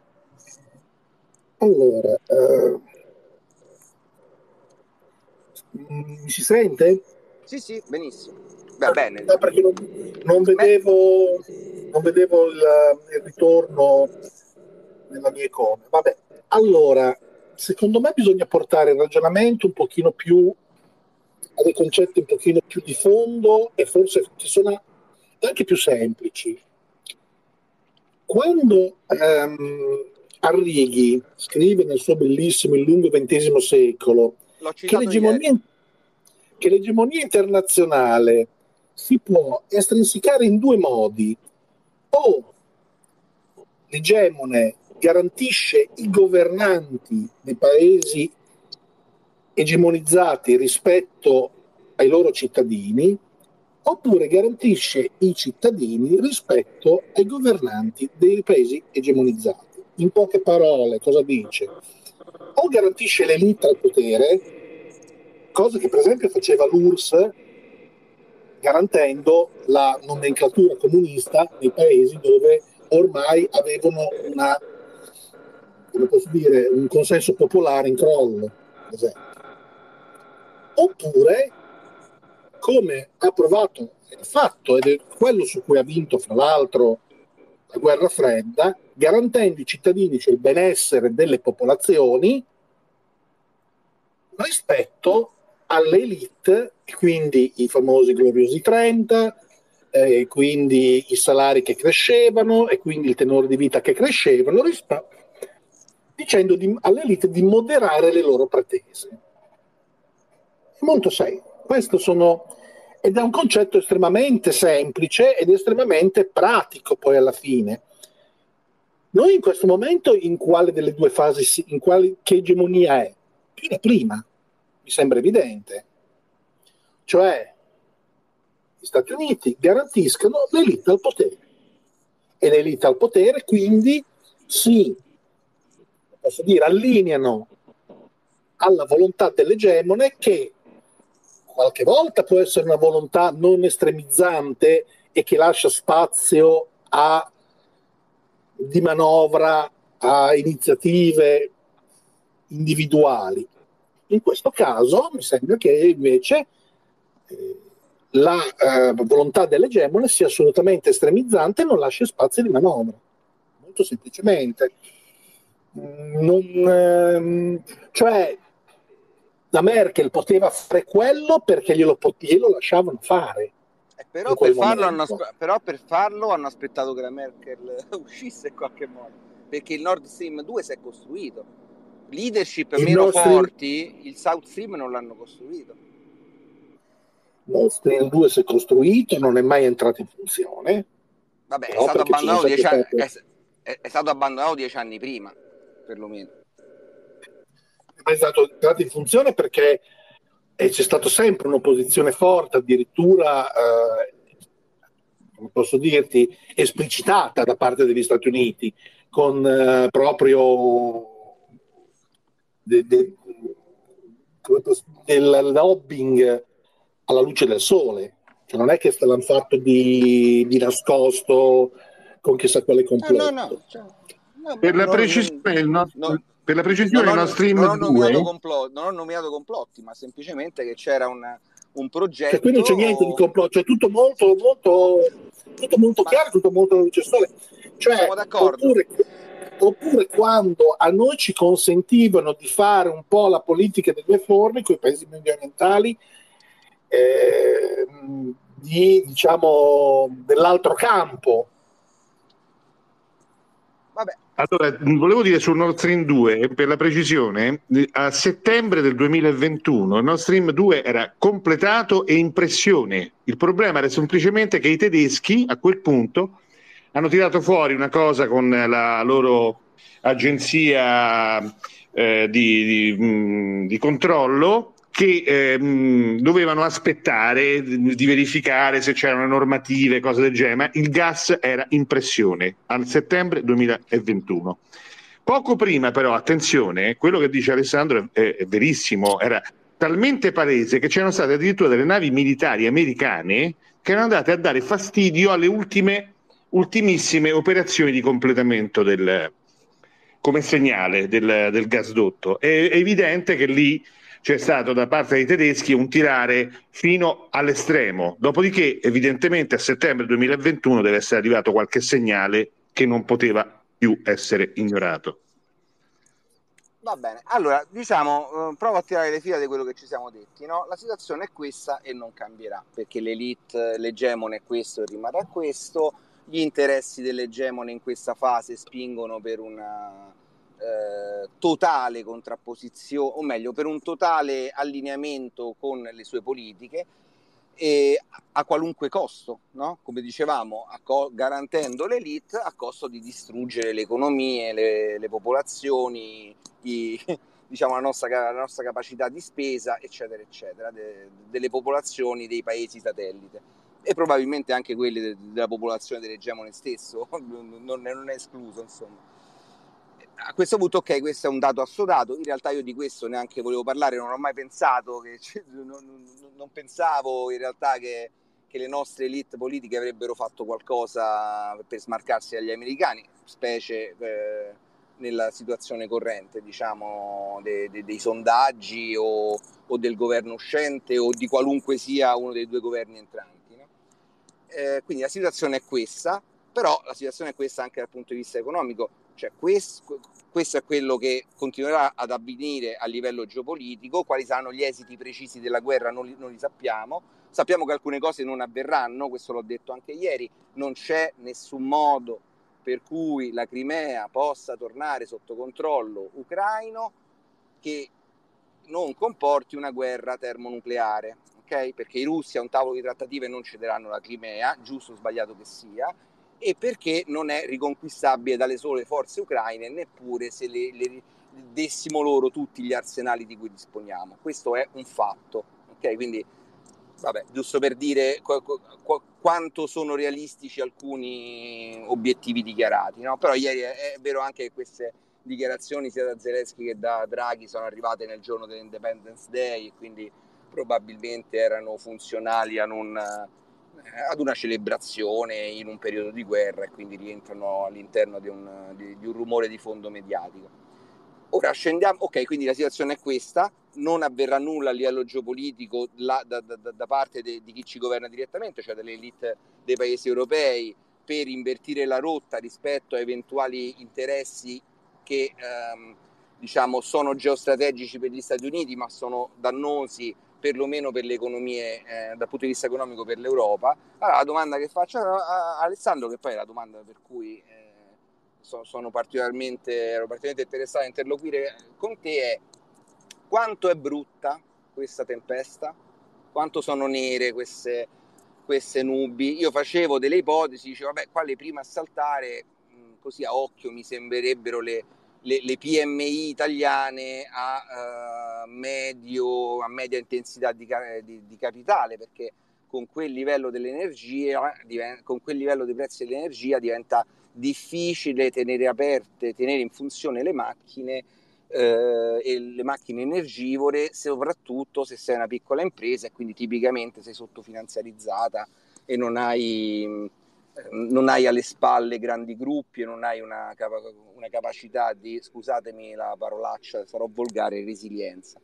C: Allora, eh, Mi si sente?
B: Sì, sì, benissimo. Va bene.
C: No, perché non, non vedevo, non vedevo il, il ritorno nella mia icona. Vabbè, allora, secondo me bisogna portare il ragionamento un pochino più a dei concetti un pochino più di fondo e forse che sono anche più semplici. Quando ehm, Arrighi scrive nel suo bellissimo Il lungo ventesimo secolo che l'egemonia, che l'egemonia internazionale si può estrinsecare in due modi: o l'egemone garantisce i governanti dei paesi egemonizzati rispetto ai loro cittadini, oppure garantisce i cittadini rispetto ai governanti dei paesi egemonizzati. In poche parole, cosa dice? O garantisce l'elite al potere, cosa che per esempio faceva l'U R S S, garantendo la nomenclatura comunista nei paesi dove ormai avevano una, come posso dire, un consenso popolare in crollo, per esempio. Oppure, come ha provato e fatto, ed è quello su cui ha vinto fra l'altro la guerra fredda, garantendo i cittadini, cioè il benessere delle popolazioni rispetto alle elite, quindi i famosi gloriosi trenta, eh, quindi i salari che crescevano e quindi il tenore di vita che crescevano, risp- dicendo di, alle elite di moderare le loro pretese. Molto semplice. Questo sono, ed è un concetto estremamente semplice ed estremamente pratico poi alla fine. Noi in questo momento in quale delle due fasi, in quale, che egemonia è? Più la prima, mi sembra evidente. Cioè, gli Stati Uniti garantiscono l'elite al potere. E l'elite al potere quindi si, posso dire, allineano alla volontà dell'egemone, che qualche volta può essere una volontà non estremizzante e che lascia spazio a di manovra, a iniziative individuali. In questo caso mi sembra che invece eh, la eh, volontà dell'egemone sia assolutamente estremizzante e non lascia spazio di manovra. Molto semplicemente. Non, ehm, cioè la Merkel poteva fare quello perché glielo, glielo lasciavano fare.
B: Eh, però, per farlo hanno, però per farlo hanno aspettato che la Merkel uscisse in qualche modo, perché il Nord Stream due si è costruito. Leadership il meno Stream... forti, il South Stream non l'hanno costruito.
C: Nord Stream due si è costruito, non è mai entrato in funzione.
B: Vabbè, è stato, abbandonato dieci anni, è, è, è stato abbandonato dieci anni prima, perlomeno.
C: È stato entrato in funzione perché e c'è stata sempre un'opposizione forte, addirittura, eh, come posso dirti, esplicitata da parte degli Stati Uniti, con eh, proprio de, de, del lobbying alla luce del sole. Cioè non è che l'hanno fatto di, di nascosto con chissà quale complotto.
B: No, no, no. Cioè, no
D: per, la non, no, no, per la precisione il nostro Stream
B: non ho nominato complotti, non ho nominato complotti, ma semplicemente che c'era una, un progetto.
C: Cioè, qui non c'è niente di complotto, cioè tutto molto, molto, tutto molto chiaro, tutto molto luce del sole. Cioè,
B: siamo d'accordo.
C: Oppure, oppure quando a noi ci consentivano di fare un po' la politica dei due forni con i paesi mediorientali, eh, di, diciamo, dell'altro campo.
B: Vabbè.
D: Allora, volevo dire sul Nord Stream due, per la precisione, a settembre del duemilaventuno il Nord Stream due era completato e in pressione. Il problema era semplicemente che i tedeschi a quel punto hanno tirato fuori una cosa con la loro agenzia eh, di, di, mh, di controllo, che eh, mh, dovevano aspettare di verificare se c'erano normative, cose del genere, ma il gas era in pressione al settembre duemilaventuno. Poco prima però, attenzione, quello che dice Alessandro è, è verissimo, era talmente palese che c'erano state addirittura delle navi militari americane che erano andate a dare fastidio alle ultime, ultimissime operazioni di completamento del, come segnale del, del gasdotto. È, è evidente che lì c'è stato da parte dei tedeschi un tirare fino all'estremo, dopodiché evidentemente a settembre duemilaventuno deve essere arrivato qualche segnale che non poteva più essere ignorato.
B: Va bene, allora diciamo, eh, provo a tirare le fila di quello che ci siamo detti, no? La situazione è questa e non cambierà, perché l'elite, l'egemone è questo e rimarrà questo, gli interessi dell'egemone in questa fase spingono per una eh, totale contrapposizione, o meglio, per un totale allineamento con le sue politiche, e a qualunque costo, no? Come dicevamo, a co- garantendo l'elite a costo di distruggere le economie, le, le popolazioni, i, diciamo la nostra, la nostra capacità di spesa, eccetera, eccetera, de, delle popolazioni dei paesi satellite e probabilmente anche quelle de, della popolazione dell'egemone stesso, non, non è escluso, insomma. A questo punto, ok, questo è un dato assodato. In realtà io di questo neanche volevo parlare, non ho mai pensato che non, non, non pensavo in realtà che, che le nostre elite politiche avrebbero fatto qualcosa per smarcarsi dagli americani, specie eh, nella situazione corrente, diciamo, de, de, dei sondaggi o, o del governo uscente o di qualunque sia uno dei due governi entranti, no? Eh, quindi la situazione è questa, però la situazione è questa anche dal punto di vista economico. Cioè questo, questo è quello che continuerà ad avvenire a livello geopolitico. Quali saranno gli esiti precisi della guerra non li, non li sappiamo. Sappiamo che alcune cose non avverranno, questo l'ho detto anche ieri, non c'è nessun modo per cui la Crimea possa tornare sotto controllo ucraino che non comporti una guerra termonucleare, ok? Perché i russi a un tavolo di trattative non cederanno la Crimea, giusto o sbagliato che sia, e perché non è riconquistabile dalle sole forze ucraine, neppure se le, le dessimo loro tutti gli arsenali di cui disponiamo. Questo è un fatto, ok? Quindi, vabbè, giusto per dire qu- qu- quanto sono realistici alcuni obiettivi dichiarati, no? Però ieri è, è vero anche che queste dichiarazioni sia da Zelensky che da Draghi sono arrivate nel giorno dell'Independence Day e quindi probabilmente erano funzionali a non... ad una celebrazione in un periodo di guerra e quindi rientrano all'interno di un, di, di un rumore di fondo mediatico. Ora scendiamo, ok, quindi la situazione è questa, non avverrà nulla a livello geopolitico la, da, da, da parte de, di chi ci governa direttamente, cioè delle elite dei paesi europei, per invertire la rotta rispetto a eventuali interessi che ehm, diciamo sono geostrategici per gli Stati Uniti ma sono dannosi perlomeno per le economie, eh, dal punto di vista economico per l'Europa. Allora la domanda che faccio a Alessandro, che poi è la domanda per cui eh, so, sono particolarmente, ero particolarmente interessato a interloquire con te, è: quanto è brutta questa tempesta? Quanto sono nere queste, queste nubi? Io facevo delle ipotesi, dicevo, vabbè, qua le prime a saltare, mh, così a occhio mi sembrerebbero le Le, le P M I italiane a, uh, medio, a media intensità di, di, di capitale, perché con quel livello dell'energia, con quel livello dei prezzi dell'energia diventa difficile tenere aperte, tenere in funzione le macchine eh, e le macchine energivore, soprattutto se sei una piccola impresa e quindi tipicamente sei sottofinanziarizzata e non hai... non hai alle spalle grandi gruppi e non hai una, una capacità di, scusatemi la parolaccia, sarò volgare, resilienza.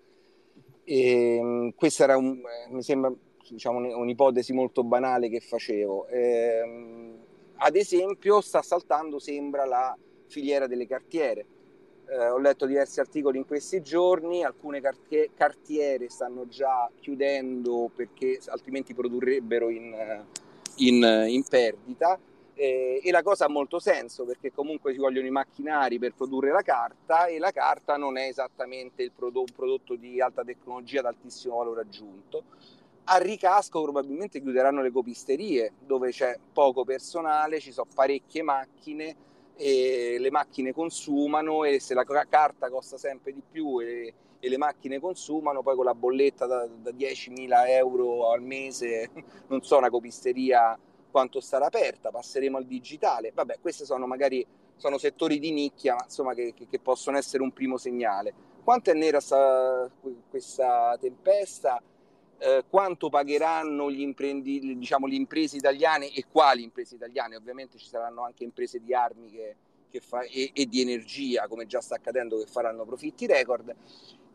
B: E, questa era un, mi sembra, diciamo, un'ipotesi molto banale che facevo. E, ad esempio sta saltando, sembra, la filiera delle cartiere. Eh, ho letto diversi articoli in questi giorni, alcune cartiere, cartiere stanno già chiudendo perché altrimenti produrrebbero in In, in perdita eh, e la cosa ha molto senso perché comunque ci vogliono i macchinari per produrre la carta e la carta non è esattamente il prodotto, un prodotto di alta tecnologia ad altissimo valore aggiunto. A ricasco probabilmente chiuderanno le copisterie dove c'è poco personale, ci sono parecchie macchine e le macchine consumano e se la carta costa sempre di più e, e le macchine consumano, poi con la bolletta da, da diecimila euro al mese non so una copisteria quanto starà aperta, passeremo al digitale. Vabbè, questi sono magari sono settori di nicchia, ma insomma che, che, che possono essere un primo segnale. Quanto è nera sta, questa tempesta? Eh, quanto pagheranno gli imprendi, diciamo, le imprese italiane e quali imprese italiane? Ovviamente ci saranno anche imprese di armi che, che fa, e, e di energia, come già sta accadendo, che faranno profitti record.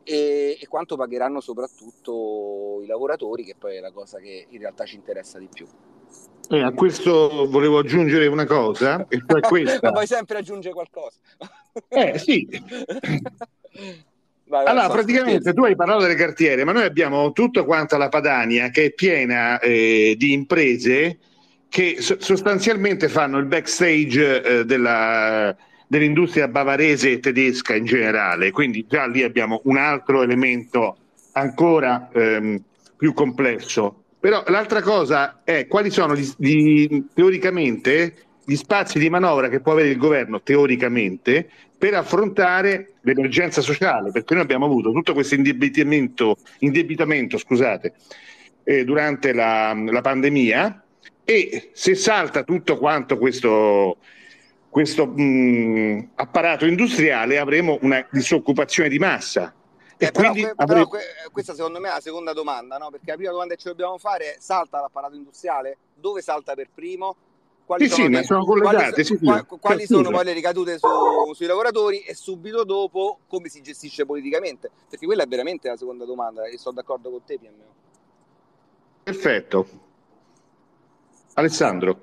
B: e, e quanto pagheranno soprattutto i lavoratori, che poi è la cosa che in realtà ci interessa di più.
D: Eh, a questo volevo aggiungere una cosa, e cioè questa.
B: Ma puoi sempre aggiungere qualcosa.
D: Eh sì.
B: Vai, vai,
D: allora,
B: so,
D: praticamente
B: scherzo.
D: tu hai parlato delle cartiere, ma noi abbiamo tutta quanta la Padania che è piena eh, di imprese che so- sostanzialmente fanno il backstage eh, della, dell'industria bavarese e tedesca in generale, quindi già lì abbiamo un altro elemento ancora ehm, più complesso. Però l'altra cosa è quali sono gli, gli, teoricamente gli spazi di manovra che può avere il governo, teoricamente, per affrontare l'emergenza sociale, perché noi abbiamo avuto tutto questo indebitamento, indebitamento scusate, eh, durante la, la pandemia, e se salta tutto quanto questo, questo mh, apparato industriale avremo una disoccupazione di massa.
B: Eh,
D: E
B: però,
D: quindi
B: que-
D: avremo...
B: però que- questa secondo me è la seconda domanda, no? Perché la prima domanda che ci dobbiamo fare è: salta l'apparato industriale? Dove salta per primo? Quali
D: Sì,
B: sono,
D: sì,
B: le,
D: ma sono
B: quali,
D: collegate, sì, sì.
B: qua- quali sono
D: Scusa.
B: poi le ricadute su, sui lavoratori, e subito dopo come si gestisce politicamente? Perché quella è veramente la seconda domanda, e sono d'accordo con te, P M O.
D: Perfetto. Alessandro.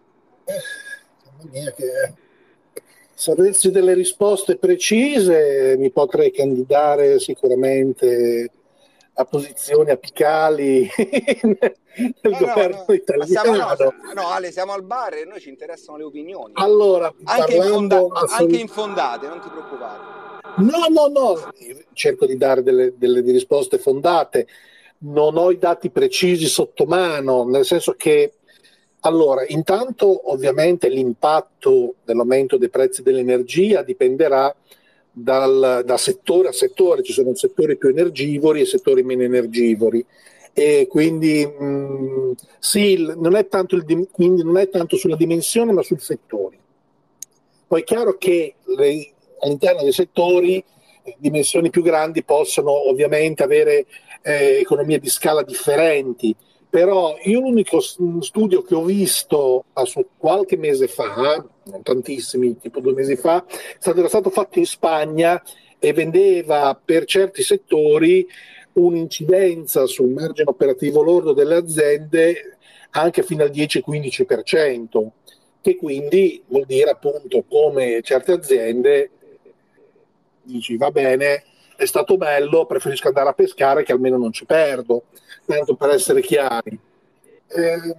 C: Mamma mia, che... se avessi delle risposte precise mi potrei candidare sicuramente a posizioni apicali nel
B: No, no,
C: governo
B: no, ma siamo, no,
C: italiano.
B: no, Ale, siamo al bar e noi ci interessano le opinioni.
C: Allora,
B: Anche, infonda-
C: parlando
B: anche
C: assolut-
B: infondate, non ti preoccupare.
C: No, no, no, cerco di dare delle, delle risposte fondate. Non ho i dati precisi sotto mano, nel senso che, allora, intanto ovviamente l'impatto dell'aumento dei prezzi dell'energia dipenderà dal, da settore a settore. Ci sono settori più energivori e settori meno energivori. E quindi mh, sì, non è tanto il, quindi non è tanto sulla dimensione, ma sui settori. Poi è chiaro che le, all'interno dei settori eh, dimensioni più grandi possono ovviamente avere eh, economie di scala differenti, però io l'unico studio che ho visto qualche mese fa, non tantissimi, tipo due mesi fa, è stato, era stato fatto in Spagna e vendeva per certi settori un'incidenza sul margine operativo lordo delle aziende anche fino al dieci quindici per cento, che quindi vuol dire appunto come certe aziende dici va bene, è stato bello, preferisco andare a pescare che almeno non ci perdo, tanto per essere chiari. Eh,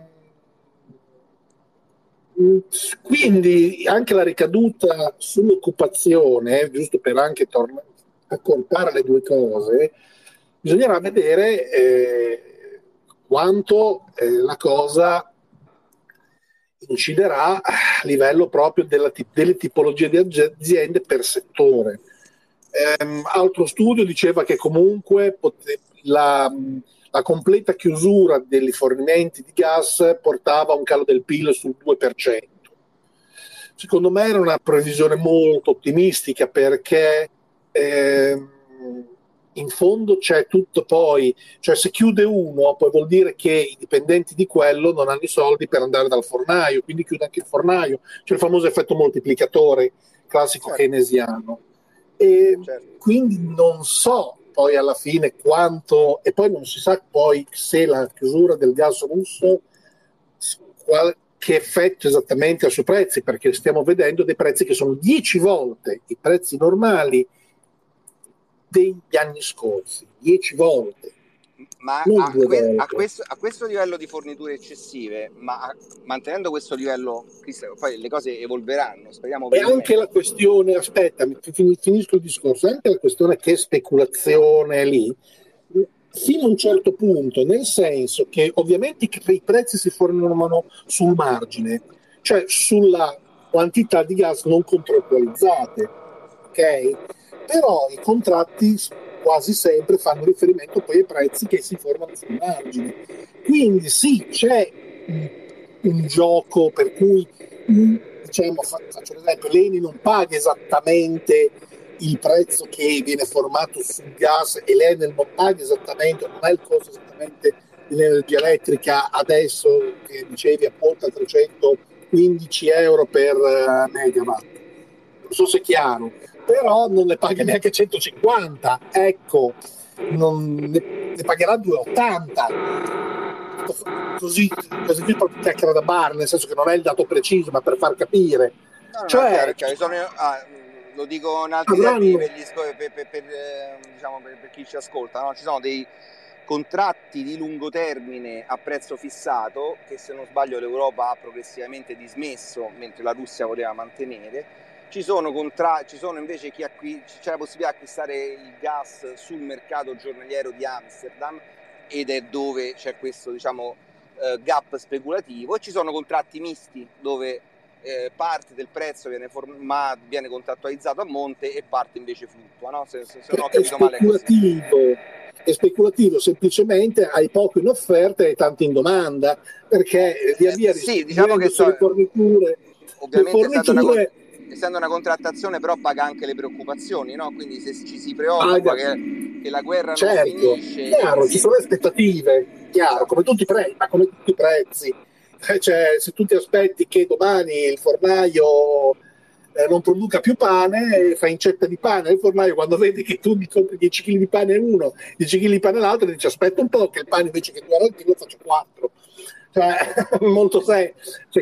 C: quindi anche la ricaduta sull'occupazione, giusto per anche tornare accorpare le due cose, bisognerà vedere eh, quanto eh, la cosa inciderà a livello proprio della, delle tipologie di aziende per settore. Um, altro studio diceva che comunque pote- la, la completa chiusura dei rifornimenti di gas portava a un calo del P I L sul due per cento. Secondo me era una previsione molto ottimistica, perché eh, in fondo c'è tutto poi, cioè se chiude uno poi vuol dire che i dipendenti di quello non hanno i soldi per andare dal fornaio, quindi chiude anche il fornaio. C'è il famoso effetto moltiplicatore classico certo. keynesiano. E certo. Quindi non so poi alla fine quanto, e poi non si sa poi se la chiusura del gas russo qual, che effetto esattamente ha sui prezzi, perché stiamo vedendo dei prezzi che sono dieci volte i prezzi normali degli anni scorsi, dieci volte.
B: Ma a, que- a, questo, a questo livello di forniture eccessive, ma a, mantenendo questo livello, poi le cose evolveranno, speriamo.
C: E anche la questione, aspetta, finisco il discorso, anche la questione che è speculazione lì, fino a un certo punto, nel senso che ovviamente i prezzi si formano sul margine, cioè sulla quantità di gas non contrattualizzate, ok? Però i contratti quasi sempre fanno riferimento poi ai prezzi che si formano sul margine. Quindi sì, c'è un, un gioco per cui, diciamo, faccio l'esempio, l'Eni non paga esattamente il prezzo che viene formato sul gas e l'Enel non paga esattamente, non è il costo esattamente dell'energia elettrica adesso che dicevi appunto a trecentoquindici euro per megawatt. Non so se è chiaro. però non ne paga neanche centocinquanta, ecco, non, ne, ne pagherà due virgola ottanta. Così, così qui proprio chiacchiera da bar, nel senso che non è il dato preciso, ma per far capire.
B: No, no,
C: cioè,
B: chiaro, chiaro. Sono, ah, lo dico in altri termini per, gli, per, per, per, diciamo, per, per chi ci ascolta, no? Ci sono dei contratti di lungo termine a prezzo fissato che, se non sbaglio, l'Europa ha progressivamente dismesso, mentre la Russia voleva mantenere. Ci sono, contra- ci sono invece chi acqui- c'è la possibilità di acquistare il gas sul mercato giornaliero di Amsterdam, ed è dove c'è questo, diciamo, eh, gap speculativo, e ci sono contratti misti dove eh, parte del prezzo viene, formato, viene contrattualizzato a monte e parte invece fluttua, no? Se, se, se non ho capito male è così.
C: È speculativo, semplicemente hai poco in offerta e tanto in domanda, perché via via
B: eh, sì, diciamo che so,
C: le forniture,
B: ovviamente
C: le forniture...
B: Essendo, una, essendo una contrattazione, però paga anche le preoccupazioni, no? Quindi se ci si preoccupa che, che la guerra
C: certo,
B: non finisce,
C: chiaro,
B: sì.
C: Ci sono aspettative, chiaro, come tutti i prezzi, ma come tutti i prezzi. Cioè, se tu ti aspetti che domani il fornaio eh, non produca più pane, fa incetta di pane il fornaio, quando vedi che tu mi compri dieci chili di pane uno, dieci chili di pane l'altro, dici aspetta un po' che il pane invece che due al chilo faccio quattro. Cioè, molto semplice, cioè,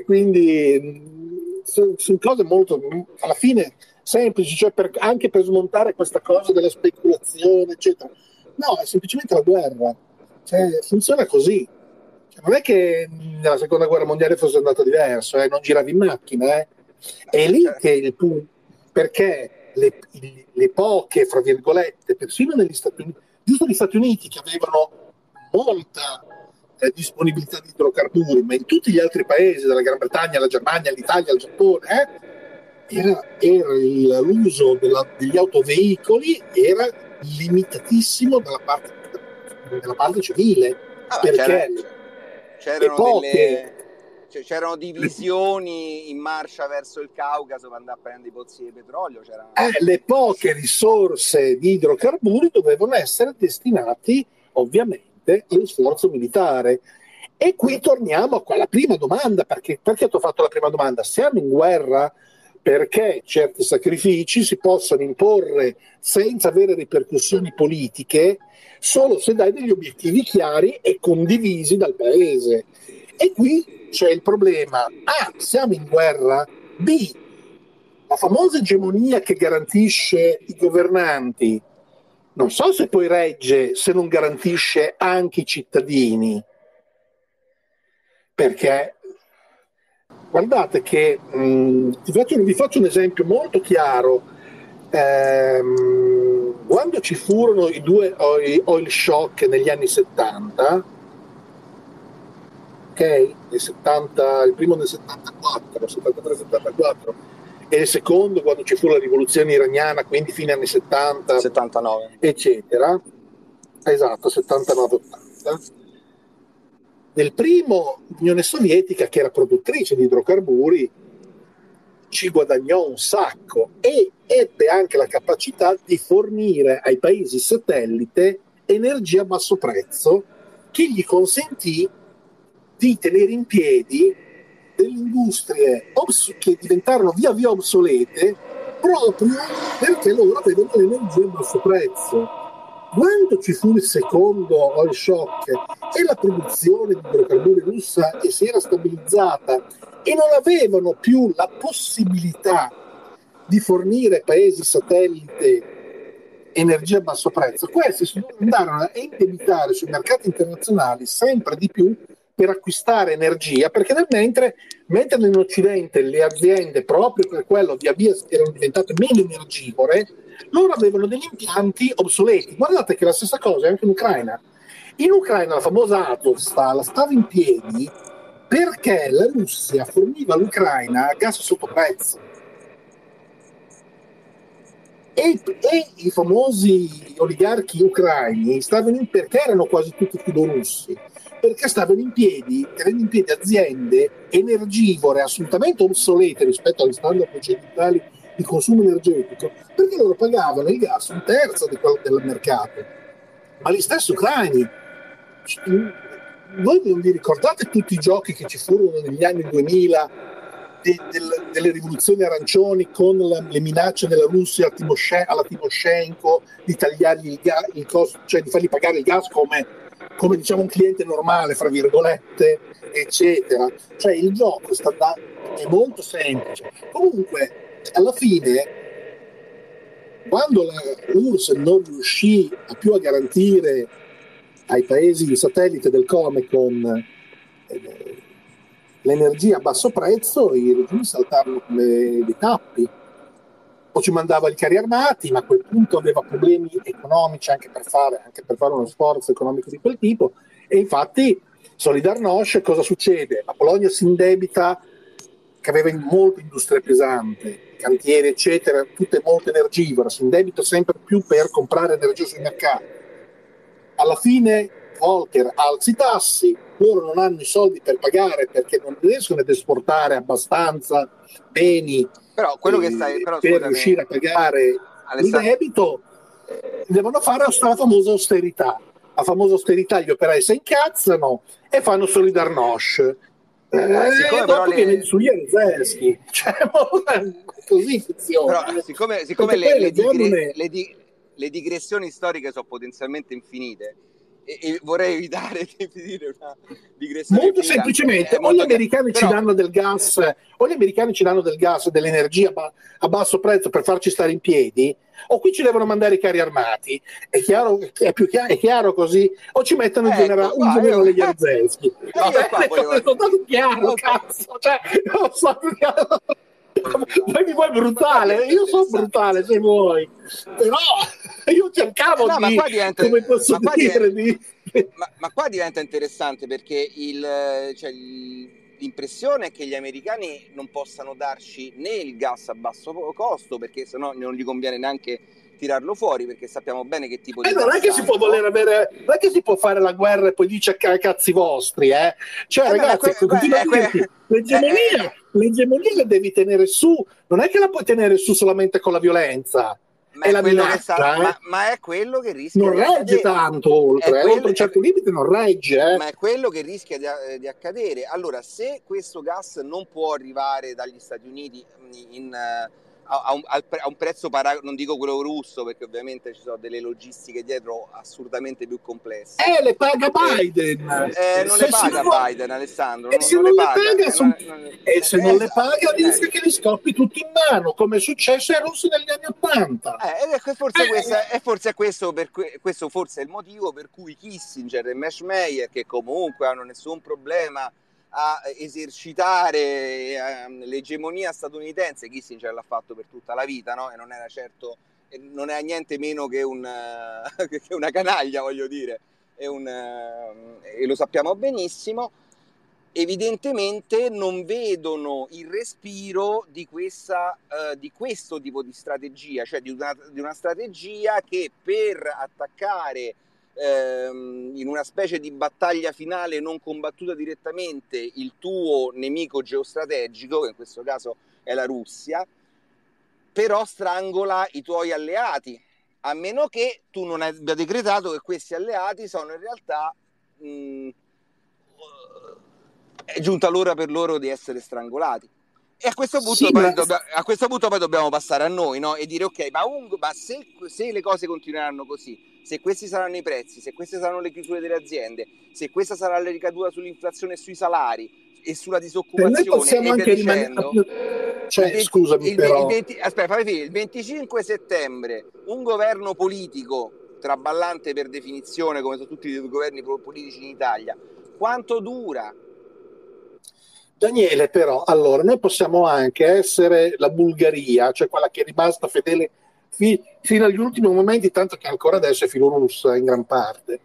C: quindi sono cose molto, alla fine, semplici, cioè per, anche per smontare questa cosa della speculazione, eccetera. No, è semplicemente la guerra, cioè, funziona così. Cioè, non è che nella seconda guerra mondiale fosse andato diverso, eh, non giravi in macchina, eh. È lì che è il punto, perché le, le poche, fra virgolette, persino negli Stati Uniti, giusto gli Stati Uniti che avevano molta eh, disponibilità di idrocarburi, ma in tutti gli altri paesi, dalla Gran Bretagna, alla Germania, all'Italia, al Giappone, eh, era, era il, l'uso della, degli autoveicoli era limitatissimo dalla parte, dalla parte civile,
B: ah,
C: perché
B: c'era, c'erano
C: poche,
B: delle... C'erano divisioni in marcia verso il Caucaso per andare a prendere i pozzi di petrolio. C'era...
C: Eh, le poche risorse di idrocarburi dovevano essere destinati ovviamente allo sforzo militare. E qui torniamo alla prima domanda, perché, perché ti ho fatto la prima domanda? Siamo in guerra perché certi sacrifici si possono imporre senza avere ripercussioni politiche solo se dai degli obiettivi chiari e condivisi dal paese. E qui c'è il problema: A, siamo in guerra, B, la famosa egemonia che garantisce i governanti, non so se poi regge se non garantisce anche i cittadini, perché guardate che mh, vi, faccio, vi faccio un esempio molto chiaro. Ehm, quando ci furono i due oil shock negli anni settanta, ok, il, settanta, il primo nel settantaquattro, settantatré settantaquattro, e il secondo quando ci fu la rivoluzione iraniana, quindi fine anni settanta,
B: settantanove,
C: eccetera. Esatto, settantanove ottanta. Nel primo, l'Unione Sovietica, che era produttrice di idrocarburi, ci guadagnò un sacco e ebbe anche la capacità di fornire ai paesi satellite energia a basso prezzo, che gli consentì di tenere in piedi delle industrie obs- che diventarono via via obsolete proprio perché loro avevano l'energia a basso prezzo. Quando ci fu il secondo oil shock e la produzione di idrocarburi russa e si era stabilizzata e non avevano più la possibilità di fornire ai paesi satellite energia a basso prezzo, questi andarono a indebitare sui mercati internazionali sempre di più per acquistare energia, perché nel mentre, mentre in Occidente le aziende, proprio per quello, via via erano diventate meno energivore, loro avevano degli impianti obsoleti. Guardate che la stessa cosa è anche in Ucraina. In Ucraina la famosa Azovstal stava in piedi perché la Russia forniva all'Ucraina gas sotto prezzo. E, e i famosi oligarchi ucraini stavano in, perché erano quasi tutti filorussi, perché stavano in piedi, tenendo in piedi aziende energivore assolutamente obsolete rispetto agli standard occidentali di consumo energetico, perché loro pagavano il gas un terzo di quello del mercato. Ma gli stessi ucraini, voi non vi ricordate tutti i giochi che ci furono negli anni duemila de, del, delle rivoluzioni arancioni con la, le minacce della Russia a Timoshe, alla Timoshenko di tagliargli il gas, il costo, cioè di fargli pagare il gas come, come diciamo un cliente normale, fra virgolette, eccetera. Cioè il gioco sta da, è molto semplice. Comunque, alla fine, quando la U R S S non riuscì a più a garantire ai paesi satellite del Comecon eh, l'energia a basso prezzo, i regimi saltarono come dei tappi. O ci mandava i carri armati, ma a quel punto aveva problemi economici anche per fare, anche per fare uno sforzo economico di quel tipo. E infatti Solidarnosc, cosa succede? La Polonia si indebita, che aveva molta industria pesante, cantieri eccetera, tutte molto energivore, si indebita sempre più per comprare energia sui mercati. Alla fine Volcker alza i tassi, loro non hanno i soldi per pagare perché non riescono ad esportare abbastanza beni
B: però quello
C: eh,
B: che stai, però,
C: per
B: scusami,
C: riuscire a pagare
B: Alessandro,
C: il debito, devono fare la famosa austerità. La famosa austerità, gli operai si incazzano e fanno Solidarnosc. Eh,
B: siccome
C: e
B: però
C: dopo
B: le-
C: viene su Jaruzelski. Cioè, così funziona.
B: però siccome, siccome
C: Perché
B: le,
C: poi
B: le, digre-
C: leggevole-
B: le di- le digressioni storiche sono potenzialmente infinite e, e vorrei evitare di dire una digressione
C: Molto
B: infinita.
C: semplicemente,
B: È
C: o
B: molto
C: gli americani
B: chiaro.
C: ci
B: Però-
C: danno del gas, o gli americani ci danno del gas, dell'energia ba- a basso prezzo per farci stare in piedi, o qui ci devono mandare i carri armati. È chiaro, è più chiaro, è chiaro così, o ci mettono il
B: Ecco,
C: genera- un
B: qua,
C: generale
B: io-
C: Jaruzelski.
B: Eh, io qua volevo-
C: è stato chiaro,
B: Ok.
C: cazzo, cioè, non so Poi mi vuoi brutale, io sono brutale se vuoi, però io cercavo
B: No, ma
C: di,
B: qua diventa-
C: come posso
B: ma qua
C: dire, di...
B: Ma, ma qua diventa interessante perché il, cioè, il- l'impressione è che gli americani non possano darci né il gas a basso costo, perché sennò non gli conviene neanche tirarlo fuori, perché sappiamo bene che tipo di
C: Eh, non è
B: gas
C: che si può
B: hanno.
C: voler avere, non è che si può fare la guerra e poi dice ca- cazzi vostri, eh. Cioè,
B: Eh, beh,
C: ragazzi,
B: ma que-
C: continuo a
B: beh,
C: dirti,
B: que-
C: l'egemonia,
B: eh,
C: l'egemonia la devi tenere su, non è che la puoi tenere su solamente con la violenza
B: ma
C: e
B: è
C: la
B: quello che
C: minaccia,
B: sta-
C: eh.
B: ma, ma è quello che rischia
C: Non
B: di
C: regge
B: accadere.
C: tanto
B: È
C: oltre, eh,
B: quello-
C: oltre un certo
B: è-
C: limite non regge, eh.
B: Ma è quello che rischia di, di accadere. Allora, se questo gas non può arrivare dagli Stati Uniti in, eh, a, a un, al pre- a un prezzo paragono, non dico quello russo, perché ovviamente ci sono delle logistiche dietro assurdamente più complesse.
C: Eh, le paga Biden.
B: Eh, non
C: Se
B: le paga
C: si può-
B: Biden, Alessandro.
C: E
B: non,
C: se
B: non
C: non
B: le
C: le
B: paga.
C: paga,
B: Eh,
C: son-
B: non- non-
C: e se
B: eh,
C: non le
B: esatto.
C: paga rischia
B: Eh.
C: che li scoppi tutti in mano, come è successo ai russi negli anni Ottanta.
B: Eh, ed è forse,
C: Eh,
B: questa, è forse questo, per que- questo forse è il motivo per cui Kissinger e Meschmeyer, che comunque hanno nessun problema a esercitare ehm, l'egemonia statunitense, Kissinger l'ha fatto per tutta la vita, no? E non era certo, non è niente meno che, un, che una canaglia, voglio dire, è un, e lo sappiamo benissimo. Evidentemente non vedono il respiro di, questa, uh, di questo tipo di strategia, cioè di una, di una strategia che per attaccare ehm, in una specie di battaglia finale non combattuta direttamente il tuo nemico geostrategico, che in questo caso è la Russia, però strangola i tuoi alleati, a meno che tu non abbia decretato che questi alleati sono in realtà... Mh, è giunta l'ora per loro di essere strangolati. E a questo punto,
C: Sì,
B: poi,
C: ma-
B: dobbia- a questo punto poi dobbiamo passare a noi, no? E dire ok, ma, un- ma se, se le cose continueranno così, se questi saranno i prezzi, se queste saranno le chiusure delle aziende, se questa sarà la ricaduta sull'inflazione e sui salari e sulla
C: Per noi
B: disoccupazione
C: possiamo
B: e via
C: anche
B: dicendo,
C: rimanere... Cioè,
B: il venti
C: scusami,
B: il,
C: però...
B: il venti aspetta, fammi finire. Il venticinque settembre un governo politico traballante per definizione, come sono tutti i governi politici in Italia, quanto dura?
C: Daniele, però, allora, noi possiamo anche essere la Bulgaria, cioè quella che è rimasta fedele fi- fino agli ultimi momenti, tanto che ancora adesso è filorussa in gran parte.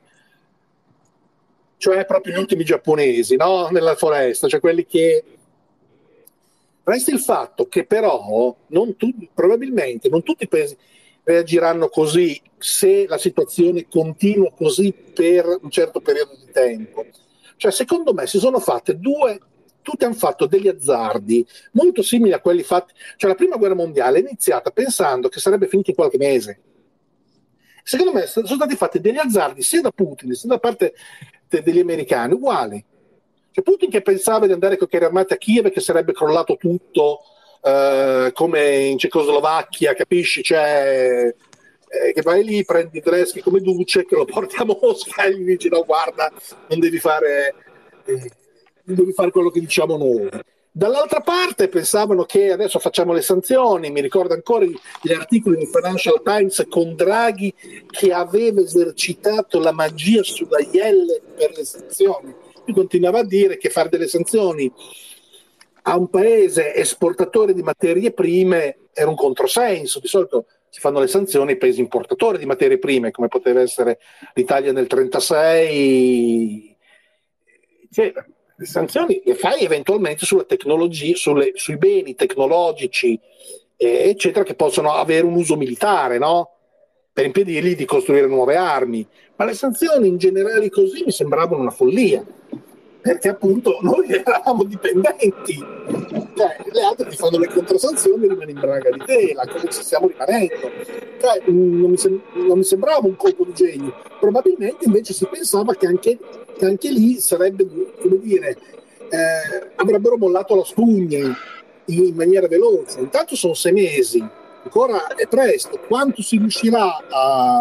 C: Cioè proprio gli ultimi giapponesi, no? Nella foresta, cioè quelli che... Resta il fatto che però non tu- probabilmente non tutti i paesi reagiranno così se la situazione continua così per un certo periodo di tempo. Cioè, secondo me si sono fatte due, tutti hanno fatto degli azzardi molto simili a quelli fatti. Cioè, la prima guerra mondiale è iniziata pensando che sarebbe finita in qualche mese. Secondo me sono stati fatti degli azzardi sia da Putin sia da parte de- degli americani uguali. Cioè, Putin che pensava di andare con i carri armati a Kiev, che sarebbe crollato tutto, eh, come in Cecoslovacchia, capisci? Cioè, eh, che vai lì, prendi Zelensky come duce, che lo porti a Mosca e gli dici no, guarda, non devi fare, eh, non devi fare quello che diciamo noi. Dall'altra parte pensavano che adesso facciamo le sanzioni, mi ricordo ancora gli articoli del Financial Times con Draghi che aveva esercitato la magia sulla Ielle per le sanzioni. Lui continuava a dire che fare delle sanzioni a un paese esportatore di materie prime era un controsenso. Di solito si fanno le sanzioni ai paesi importatori di materie prime, come poteva essere l'Italia nel trentasei. Cioè, le sanzioni le fai eventualmente sulle tecnologie, sulle, sui beni tecnologici, eh, eccetera, che possono avere un uso militare, no? Per impedirgli di costruire nuove armi. Ma le sanzioni in generale così mi sembravano una follia, perché appunto noi eravamo dipendenti, cioè le altre ti fanno le controsanzioni e rimani in braga di tela, come ci stiamo rimanendo. Cioè, non, mi sem- non mi sembrava un colpo di genio. Probabilmente invece si pensava che anche, che anche lì sarebbe, come dire, eh, avrebbero mollato la spugna in maniera veloce. Intanto sono sei mesi, ancora è presto. Quanto si riuscirà a,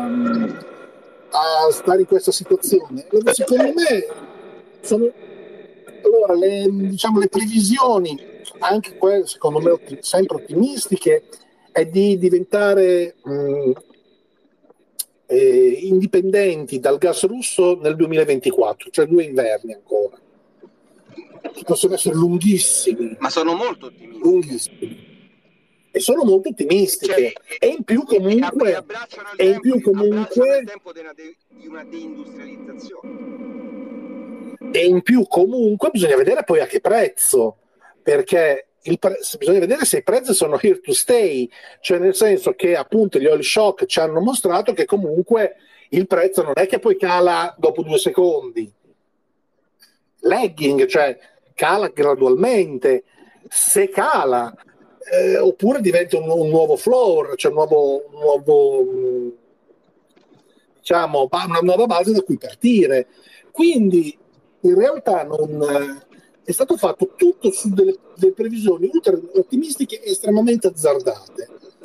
C: a stare in questa situazione? Secondo me sono, allora, le, diciamo, le previsioni, anche quelle secondo me otti- sempre ottimistiche, è di diventare mh, eh, indipendenti dal gas russo nel duemilaventiquattro, cioè due inverni ancora, che possono essere lunghissimi,
B: Ma sono molto ottimisti.
C: lunghissimi. E sono molto ottimistiche.
B: Cioè,
C: E in più
B: e ab- e
C: comunque,
B: abbracciano il
C: e in
B: tempo,
C: più
B: abbracciano il
C: comunque,
B: tempo di una, de- di una deindustrializzazione.
C: e in più comunque bisogna vedere poi a che prezzo, perché il pre- bisogna vedere se i prezzi sono here to stay, cioè nel senso che appunto gli oil shock ci hanno mostrato che comunque il prezzo non è che poi cala dopo due secondi, lagging, cioè cala gradualmente. Se cala, eh, oppure diventa un, un nuovo floor, cioè un nuovo, un nuovo mh, diciamo, ba- una nuova base da cui partire. Quindi in realtà non, eh, è stato fatto tutto su delle, delle previsioni ultra ottimistiche e estremamente azzardate.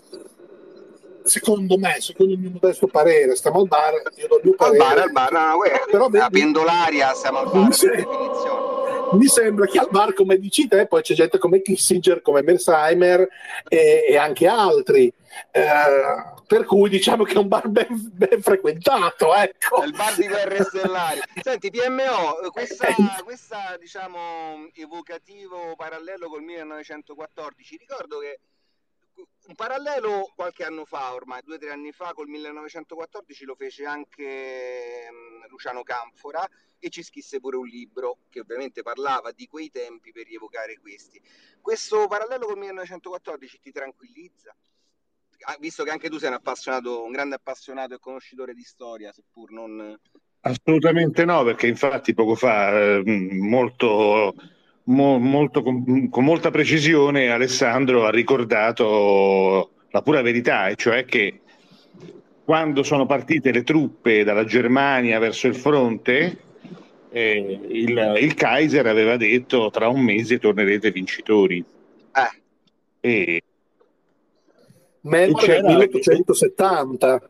C: Secondo me, secondo il mio modesto parere, stiamo al bar, io do il mio
B: Al
C: parere,
B: bar, al bar, no, guarda,
C: però
B: la
C: vedi,
B: pendolaria siamo al
C: mi,
B: bar per
C: se-
B: definizione.
C: mi sembra che al bar, come dici te, poi c'è gente come Kissinger, come Mersheimer e, e anche altri. Eh, per cui diciamo che è un bar ben, ben frequentato, ecco.
B: È il bar di Guerre Stellari. Senti, P M O, questa, questa diciamo evocativo parallelo col millenovecentoquattordici, ricordo che un parallelo qualche anno fa, ormai due o tre anni fa, col millenovecentoquattordici lo fece anche um, Luciano Canfora, e ci scrisse pure un libro che ovviamente parlava di quei tempi per rievocare questi. Questo parallelo col millenovecentoquattordici ti tranquillizza? Visto che anche tu sei un appassionato, un grande appassionato e conoscitore di storia, seppur non...
D: Assolutamente no, perché infatti poco fa, eh, molto, mo- molto con, con molta precisione, Alessandro ha ricordato la pura verità, e cioè che quando sono partite le truppe dalla Germania verso il fronte, eh, il, il Kaiser aveva detto tra un mese tornerete vincitori.
B: Eh.
D: E,
C: Memoria del milleottocentosettanta.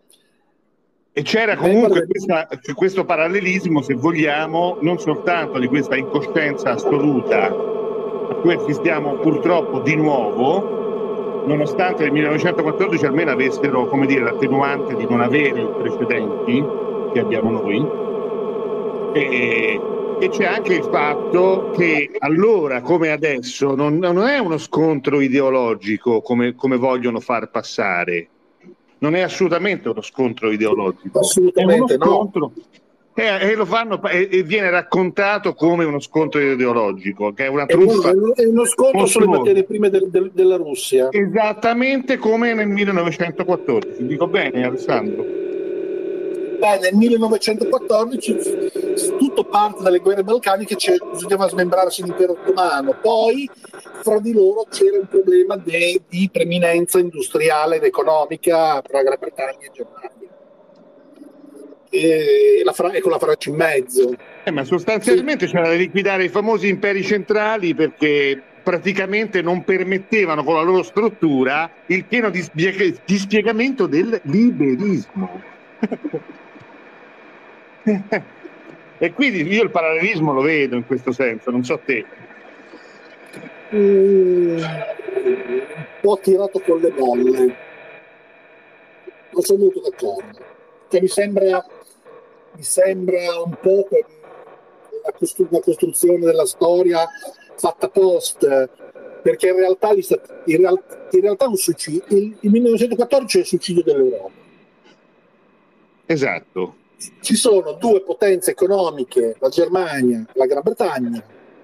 D: E c'era comunque questa, questo parallelismo, se vogliamo, non soltanto di questa incoscienza assoluta a cui assistiamo purtroppo di nuovo, nonostante nel millenovecentoquattordici almeno avessero, come dire, l'attenuante di non avere i precedenti che abbiamo noi, e, e c'è anche il fatto che allora, come adesso, non, non è uno scontro ideologico come, come vogliono far passare. Non è assolutamente uno scontro ideologico,
C: assolutamente
D: è uno scontro,
C: no.
D: E, e lo fanno e, e viene raccontato come uno scontro ideologico, che è una
C: È
D: truffa.
C: uno, è uno scontro sulle
D: mostruosa.
C: materie prime del, del, della Russia.
D: Esattamente come nel millenovecentoquattordici. Dico bene, Alessandro?
C: Beh, nel millenovecentoquattordici tutto parte dalle guerre balcaniche, cioè, bisognava smembrarsi l'impero ottomano, poi fra di loro c'era un problema de, di preminenza industriale ed economica tra Gran Bretagna e Germania. e, la Fra- e con la Francia in mezzo.
D: Eh, ma sostanzialmente sì, c'era da liquidare i famosi imperi centrali perché praticamente non permettevano con la loro struttura il pieno dispie- dispiegamento del liberismo. E quindi io il parallelismo lo vedo in questo senso, non so te.
C: Mm, un po' tirato con le molle, non sono molto d'accordo, cioè, mi sembra mi sembra un po' una, costru- una costruzione della storia fatta post, perché in realtà, gli stati, in real- in realtà un suicidio, il, il millenovecentoquattordici è il suicidio dell'Europa.
D: Esatto.
C: Ci sono due potenze economiche, la Germania e la Gran Bretagna,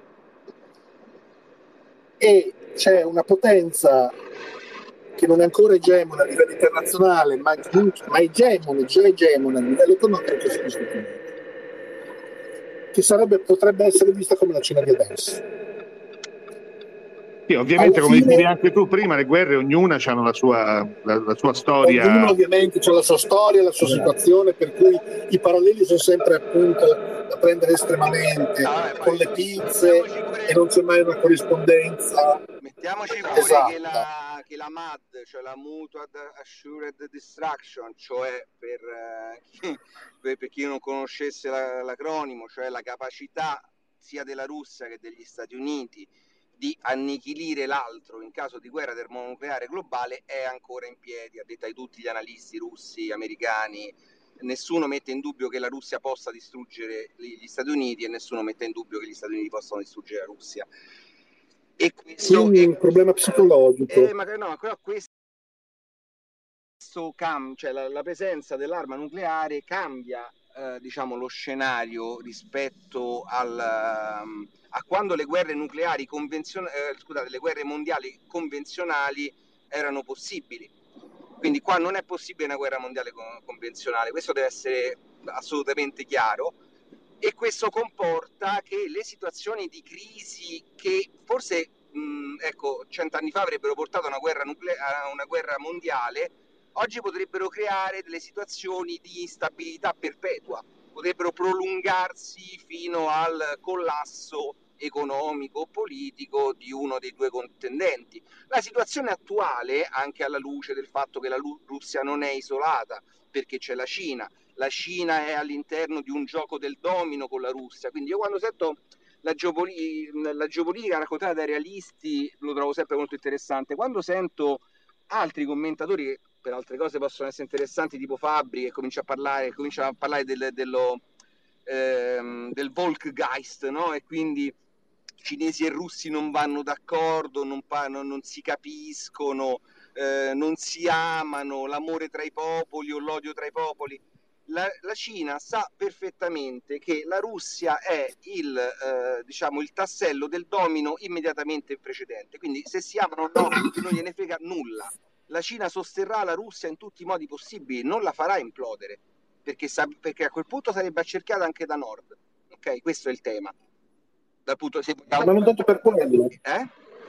C: e c'è una potenza che non è ancora egemona a livello internazionale, ma, ma egemone, già egemona a livello economico, che sono gli Stati Uniti, che sarebbe, potrebbe essere vista come la Cina di adesso.
D: Sì, ovviamente,
C: Alla
D: come
C: fine,
D: dicevi anche tu prima, le guerre ognuna hanno la sua, la, la sua storia.
C: Ognuno ovviamente ha la sua storia, la sua situazione, per cui i paralleli sono sempre appunto da prendere estremamente,
B: Ah,
C: con le pinze,
B: pure,
C: e non c'è mai una corrispondenza.
B: mettiamoci pure
C: esatta.
B: che la, che la M A D, cioè la Mutual Assured Distraction, cioè per, eh, chi, per, per chi non conoscesse la, l'acronimo, cioè la capacità sia della Russia che degli Stati Uniti di annichilire l'altro in caso di guerra termonucleare globale, è ancora in piedi, a detta di tutti gli analisti russi, americani. Nessuno mette in dubbio che la Russia possa distruggere gli Stati Uniti e nessuno mette in dubbio che gli Stati Uniti possano distruggere la Russia. E questo
C: Quindi
B: è
C: un problema psicologico.
B: Eh, ma no, però questo cam, cioè la, la presenza dell'arma nucleare cambia eh, diciamo lo scenario rispetto al, um, a quando le guerre nucleari convenzionali, eh, scusate, le guerre mondiali convenzionali erano possibili. Quindi qua non è possibile una guerra mondiale convenzionale, questo deve essere assolutamente chiaro, e questo comporta che le situazioni di crisi che forse mh, ecco, cent'anni fa avrebbero portato a una guerra, nucle- a una guerra mondiale, oggi potrebbero creare delle situazioni di instabilità perpetua, potrebbero prolungarsi fino al collasso economico, politico di uno dei due contendenti. La situazione attuale, anche alla luce del fatto che la Russia non è isolata, perché c'è la Cina, la Cina è all'interno di un gioco del domino con la Russia, quindi io quando sento la, geopoli- la geopolitica raccontata dai realisti lo trovo sempre molto interessante. Quando sento altri commentatori che per altre cose possono essere interessanti, tipo Fabri, che comincia a parlare, comincia a parlare del, dello, ehm, del Volkgeist, no? E quindi cinesi e russi non vanno d'accordo, non, non, non si capiscono, eh, non si amano, l'amore tra i popoli o l'odio tra i popoli. La, la Cina sa perfettamente che la Russia è il, eh, diciamo, il tassello del domino immediatamente precedente, quindi se si amano o no non gliene frega nulla. La Cina sosterrà la Russia in tutti i modi possibili, non la farà implodere, perché, sa, perché a quel punto sarebbe accerchiata anche da nord. Ok, questo è il tema. Dal punto, se vogliamo...
C: Ma non tanto per quello.
B: Eh?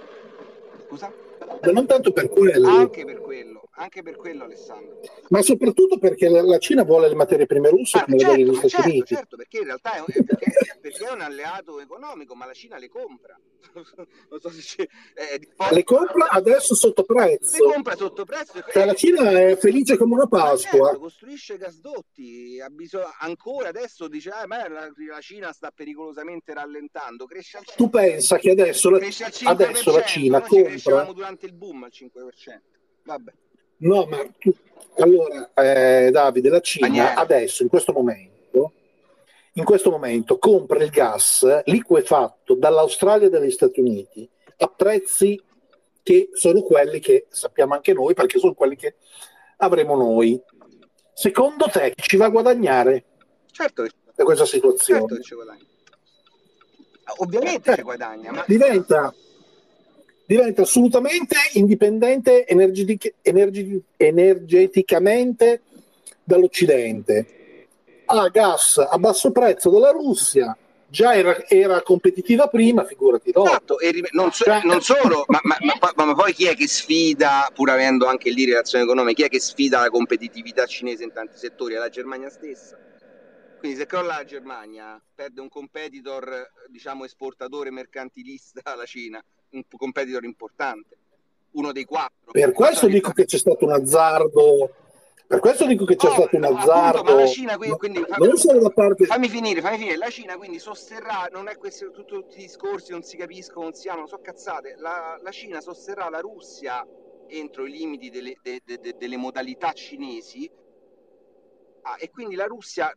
B: Scusa?
C: Ma non tanto per quello.
B: Anche per quello, anche per quello, Alessandro.
C: Ma soprattutto perché la, la Cina vuole le materie prime russe,
B: ah,
C: come
B: certo,
C: le vogliono gli Stati
B: certo,
C: Uniti.
B: certo, perché in realtà è un, è perché, perché è un alleato economico, ma la Cina le compra. Non so se è di
C: le compra adesso sotto prezzo.
B: Le compra sotto prezzo.
C: Cioè, la Cina è felice come una Pasqua.
B: Certo, costruisce gasdotti, ha bisogno, ancora adesso dice ah, ma la, la Cina sta pericolosamente rallentando, cresce al
C: tu pensa che adesso la,
B: cresce al cinque per cento,
C: adesso la Cina
B: noi
C: compra,
B: ci crescevamo durante il boom al cinque per cento. Vabbè.
C: No, ma tu, allora eh, Davide, la Cina
B: Daniele.
C: adesso in questo momento in questo momento compra il gas liquefatto dall'Australia e dagli Stati Uniti a prezzi che sono quelli che sappiamo anche noi, perché sono quelli che avremo noi. Secondo te ci va a guadagnare
B: certo
C: da questa situazione?
B: Certo che ci guadagna. Ovviamente
C: eh,
B: ci guadagna, ma
C: diventa diventa assolutamente indipendente energetic- energi- energeticamente dall'Occidente. Ha gas a basso prezzo dalla Russia, già era, era competitiva prima, figurati dopo.
B: Esatto, e non, so, cioè, non solo, ma, ma, ma, ma poi chi è che sfida, pur avendo anche lì relazioni economiche, chi è che sfida la competitività cinese in tanti settori? È la Germania stessa. Quindi se crolla la Germania, perde un competitor, diciamo, esportatore mercantilista, la Cina, un competitor importante, uno dei quattro.
C: Per questo dico che c'è stato un azzardo. Per questo dico che c'è
B: Oh,
C: stato un
B: appunto,
C: azzardo.
B: ma la Cina quindi, quindi fammi,
C: non solo da parte.
B: Fammi finire, fammi finire. La Cina quindi sosterrà, non è questo tutti, tutti i discorsi, non si capiscono, non si amano, sono cazzate. La, la Cina sosterrà la Russia entro i limiti delle, de, de, de, delle modalità cinesi, ah, e quindi la Russia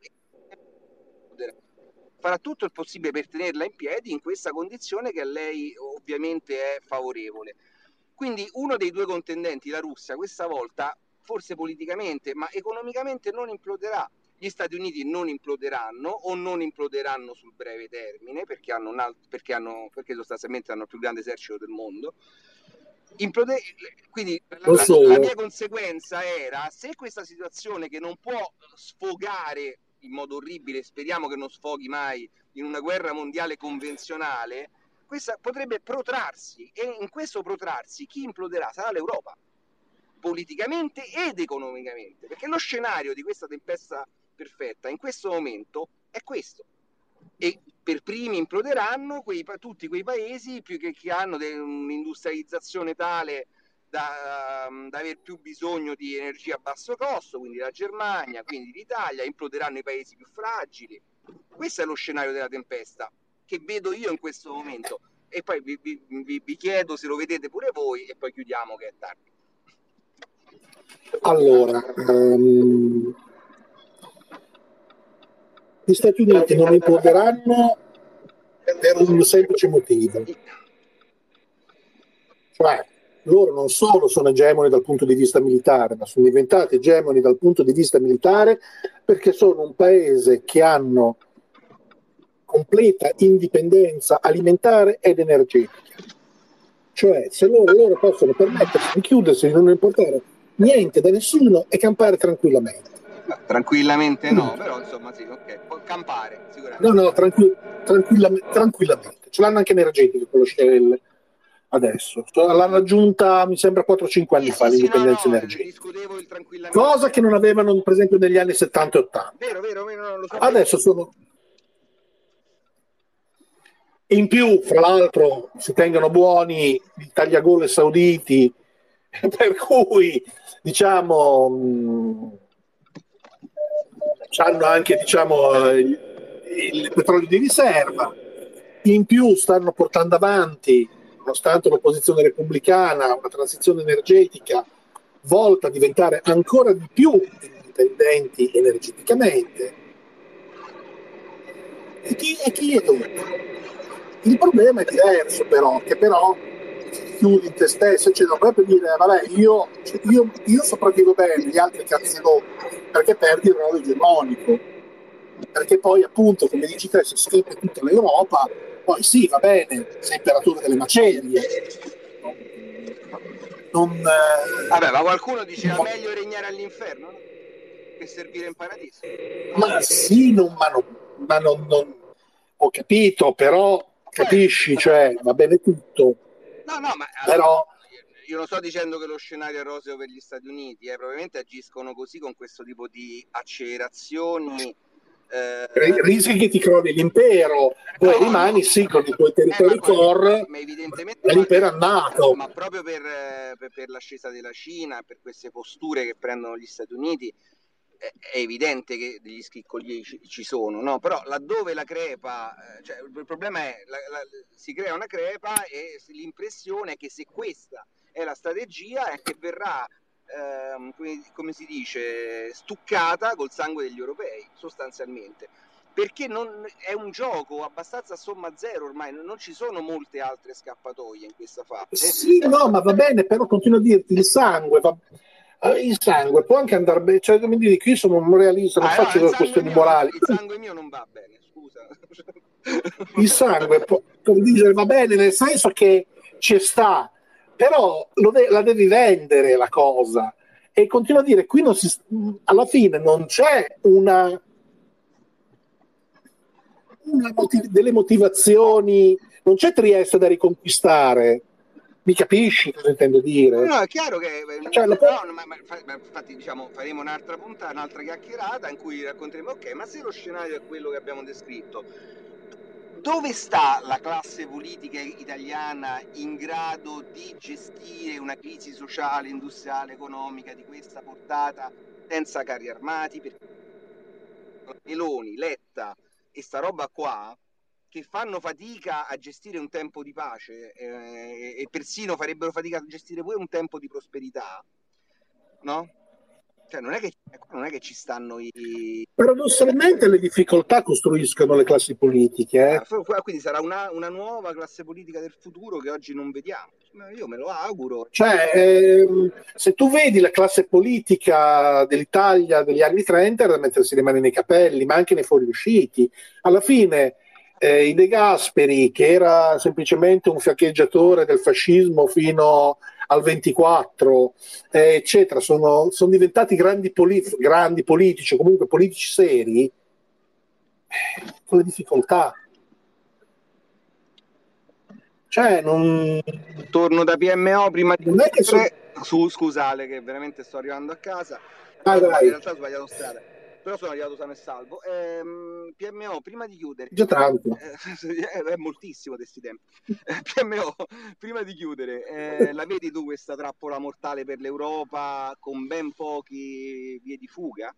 B: farà tutto il possibile per tenerla in piedi in questa condizione che a lei ovviamente è favorevole. Quindi uno dei due contendenti, la Russia, questa volta forse politicamente ma economicamente non imploderà. Gli Stati Uniti non imploderanno o non imploderanno sul breve termine perché hanno, un alt- perché hanno perché sostanzialmente hanno il più grande esercito del mondo. Implode- quindi la, la, la mia conseguenza era, se questa situazione che non può sfogare in modo orribile, speriamo che non sfoghi mai, in una guerra mondiale convenzionale, questa potrebbe protrarsi, e in questo protrarsi chi imploderà sarà l'Europa, politicamente ed economicamente, perché lo scenario di questa tempesta perfetta in questo momento è questo, e per primi imploderanno quei, tutti quei paesi più che, che hanno un'industrializzazione tale da, da aver più bisogno di energia a basso costo, quindi la Germania, quindi l'Italia, imploderanno i paesi più fragili. Questo è lo scenario della tempesta che vedo io in questo momento, e poi vi, vi, vi chiedo se lo vedete pure voi e poi chiudiamo che è tardi.
C: Allora, um, gli Stati Uniti non imploderanno per un semplice motivo, cioè loro non solo sono egemoni dal punto di vista militare, ma sono diventati egemoni dal punto di vista militare perché sono un paese che hanno completa indipendenza alimentare ed energetica. Cioè, se loro, loro possono permettersi di chiudersi, di non importare niente da nessuno e campare tranquillamente.
B: Tranquillamente no, però insomma sì, ok, può campare sicuramente.
C: No, no, tranquill- tranquillamente, tranquillamente. Ce l'hanno anche energetico con lo Shell adesso. L'hanno raggiunta, mi sembra, quattro cinque anni
B: sì,
C: fa
B: sì,
C: l'indipendenza
B: sì, no, no,
C: energetica.
B: discutevo il tranquillamente.
C: Cosa che non avevano, per esempio, negli anni settanta e ottanta.
B: Vero, vero, vero, no, lo so.
C: Adesso sono... In più, fra l'altro, si tengono buoni i tagliagole sauditi, per cui, diciamo, mh, hanno anche, diciamo, il, il petrolio di riserva. In più stanno portando avanti, nonostante l'opposizione repubblicana, una transizione energetica volta a diventare ancora di più indipendenti energeticamente. E chi, e chi è dove? Il problema è diverso, però, che però chiudi in te stesso, cioè non puoi per dire, vabbè, io, io, io sopravvivo bene, gli altri cazzi dopo, perché perdi il ruolo egemonico. Perché poi, appunto, come dici te, se scopre tutta l'Europa, poi sì, va bene, sei imperatore delle macerie. Non, eh,
B: Vabbè, ma qualcuno diceva
C: no,
B: meglio regnare all'inferno, no? Che servire in paradiso.
C: ma sì, non, ma, non, ma non, non ho capito, però capisci, cioè va bene tutto.
B: No, no, ma
C: però
B: io non sto dicendo che lo scenario è roseo per gli Stati Uniti, eh, probabilmente agiscono così con questo tipo di accelerazioni.
C: Eh, rischi che ti crolli l'impero, poi no, rimani no, sì con i tuoi territori eh, core,
B: ma evidentemente
C: ma l'impero è andato.
B: Ma proprio per, per, per l'ascesa della Cina, per queste posture che prendono gli Stati Uniti, è, è evidente che degli scricchioli ci, ci sono, no? Però laddove la crepa, cioè il problema è la, la, si crea una crepa e l'impressione è che se questa è la strategia è che verrà Ehm, come, come si dice, stuccata col sangue degli europei, sostanzialmente, perché non, è un gioco abbastanza a somma zero ormai, non ci sono molte altre scappatoie in questa fase.
C: Sì, no, ma va bene, però continuo a dirti, il sangue va... il sangue può anche andare bene, cioè mi dico, io sono un realista, non ah, faccio no, questioni
B: mio,
C: morali.
B: Il sangue mio non va bene, scusa.
C: Il sangue può, come dire, va bene nel senso che ci sta, però lo de- la devi vendere la cosa, e continuo a dire, qui non si, alla fine non c'è una, una motiv- delle motivazioni, non c'è Trieste da riconquistare, Mi capisci cosa intendo dire?
B: No, è chiaro che
C: Cioè, lo-
B: no, ma, ma, ma infatti diciamo faremo un'altra puntata, un'altra chiacchierata in cui racconteremo ok, ma se lo scenario è quello che abbiamo descritto, dove sta la classe politica italiana in grado di gestire una crisi sociale, industriale, economica di questa portata senza carri armati? Perché Meloni, Letta e sta roba qua che fanno fatica a gestire un tempo di pace eh, e persino farebbero fatica a gestire pure un tempo di prosperità, no? Cioè non è che, non è che ci stanno i...
C: Paradossalmente le difficoltà costruiscono le classi politiche. Eh?
B: Ah, quindi sarà una, una nuova classe politica del futuro che oggi non vediamo. Io me lo auguro.
C: Cioè, ehm, se tu vedi la classe politica dell'Italia degli anni trenta era da mettersi le mani nei capelli, ma anche nei fuoriusciti. Alla fine eh, i De Gasperi, che era semplicemente un fiancheggiatore del fascismo fino al ventiquattro, eh, eccetera, sono, sono diventati grandi, politi- grandi politici, o comunque politici seri, eh, con le difficoltà. Cioè, non...
B: Torno da P M O prima di
C: non è che so...
B: Su, scusate che veramente sto arrivando a casa.
C: Ah,
B: in
C: dai.
B: realtà ho sbagliato strada, però sono arrivato sano e salvo. Ehm, P M O prima di chiudere,
C: Già tanto.
B: eh, è moltissimo questi tempi. Eh, P M O prima di chiudere, eh, la vedi tu questa trappola mortale per l'Europa con ben pochi vie di fuga?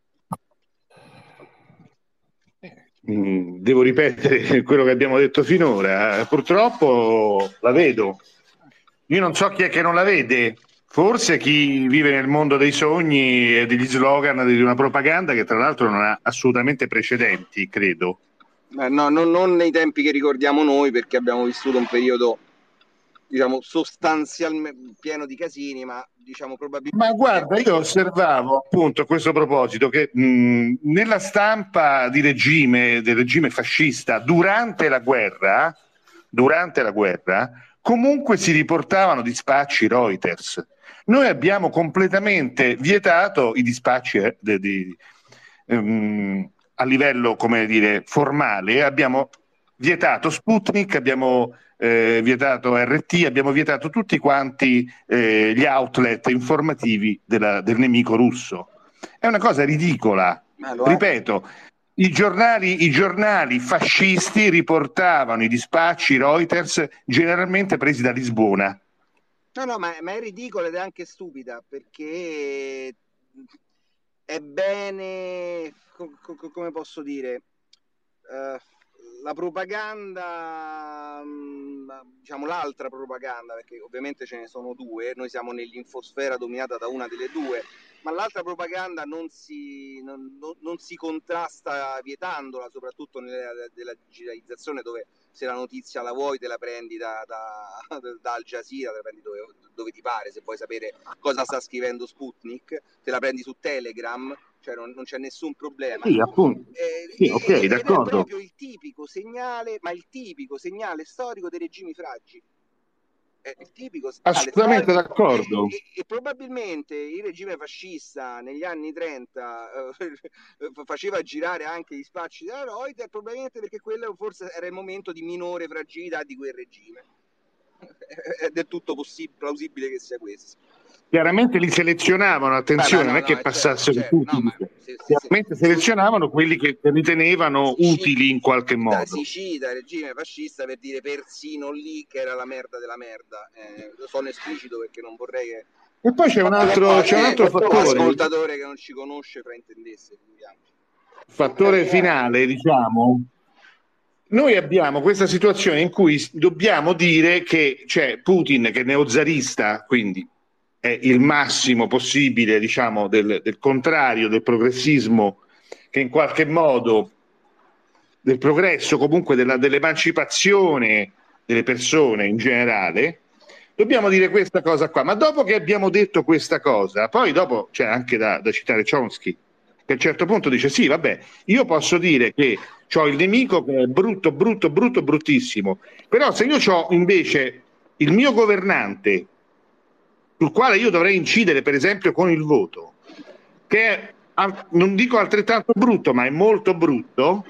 D: Devo ripetere quello che abbiamo detto finora, purtroppo la vedo. Io non so chi è che non la vede, forse chi vive nel mondo dei sogni e degli slogan di una propaganda che tra l'altro non ha assolutamente precedenti, credo.
B: Eh, no, non, non nei tempi che ricordiamo noi, perché abbiamo vissuto un periodo, diciamo, sostanzialmente pieno di casini, ma diciamo probabilmente...
D: Ma guarda, io osservavo appunto a questo proposito che mh, nella stampa di regime, del regime fascista, durante la guerra, durante la guerra, comunque si riportavano dispacci Reuters. Noi abbiamo completamente vietato i dispacci eh, di, di, um, a livello, come dire, formale, abbiamo vietato Sputnik, abbiamo eh, vietato R T, abbiamo vietato tutti quanti eh, gli outlet informativi della, del nemico russo. È una cosa ridicola, ripeto. I giornali, I giornali fascisti riportavano i dispacci Reuters generalmente presi da Lisbona.
B: No, no, ma, ma è ridicola ed è anche stupida, perché è bene, co- co- come posso dire, uh, la propaganda, diciamo l'altra propaganda, perché ovviamente ce ne sono due, noi siamo nell'infosfera dominata da una delle due, ma l'altra propaganda non si, non, non, non si contrasta vietandola, soprattutto nella della digitalizzazione, dove se la notizia la vuoi te la prendi da, da, da Al Jazeera, te la prendi dove, dove ti pare, se vuoi sapere cosa sta scrivendo Sputnik, te la prendi su Telegram, cioè non, non c'è nessun problema.
D: Sì, appunto.
B: Eh,
D: sì, ok,
B: ed
D: d'accordo.
B: è proprio il tipico segnale, ma il tipico segnale storico dei regimi fragili. È il tipico
D: Assolutamente
B: storico,
D: d'accordo.
B: E, e, e probabilmente il regime fascista negli anni trenta eh, faceva girare anche gli spacci della Reuters, probabilmente perché quello forse era il momento di minore fragilità di quel regime. È del tutto possibile, plausibile che sia questo.
D: Chiaramente li selezionavano, attenzione,
B: Beh, no,
D: non è
B: no,
D: che
B: no,
D: passassero
B: certo,
D: tutti.
B: no, ma se, se,
D: Chiaramente
B: se,
D: selezionavano quelli che ritenevano
B: si
D: utili
B: cita,
D: in qualche modo.
B: Si cita il regime fascista per dire persino lì che era la merda della merda. Eh, sono esplicito perché non vorrei che...
D: E poi c'è un altro, c'è un altro fattore.
B: L'ascoltatore che non ci conosce fraintendesse.
D: Fattore finale, diciamo. Noi abbiamo questa situazione in cui dobbiamo dire che c'è Putin, che è neozarista, quindi è il massimo possibile, diciamo, del, del contrario, del progressismo, che in qualche modo, del progresso, comunque della, dell'emancipazione delle persone in generale. Dobbiamo dire questa cosa qua. Ma dopo che abbiamo detto questa cosa, poi dopo c'è anche da, da citare Chomsky, che a un certo punto dice sì, vabbè, io posso dire che ho il nemico che è brutto, brutto, brutto, bruttissimo, però se io ho invece il mio governante sul quale io dovrei incidere, per esempio, con il voto, che è, non dico altrettanto brutto, ma è molto brutto,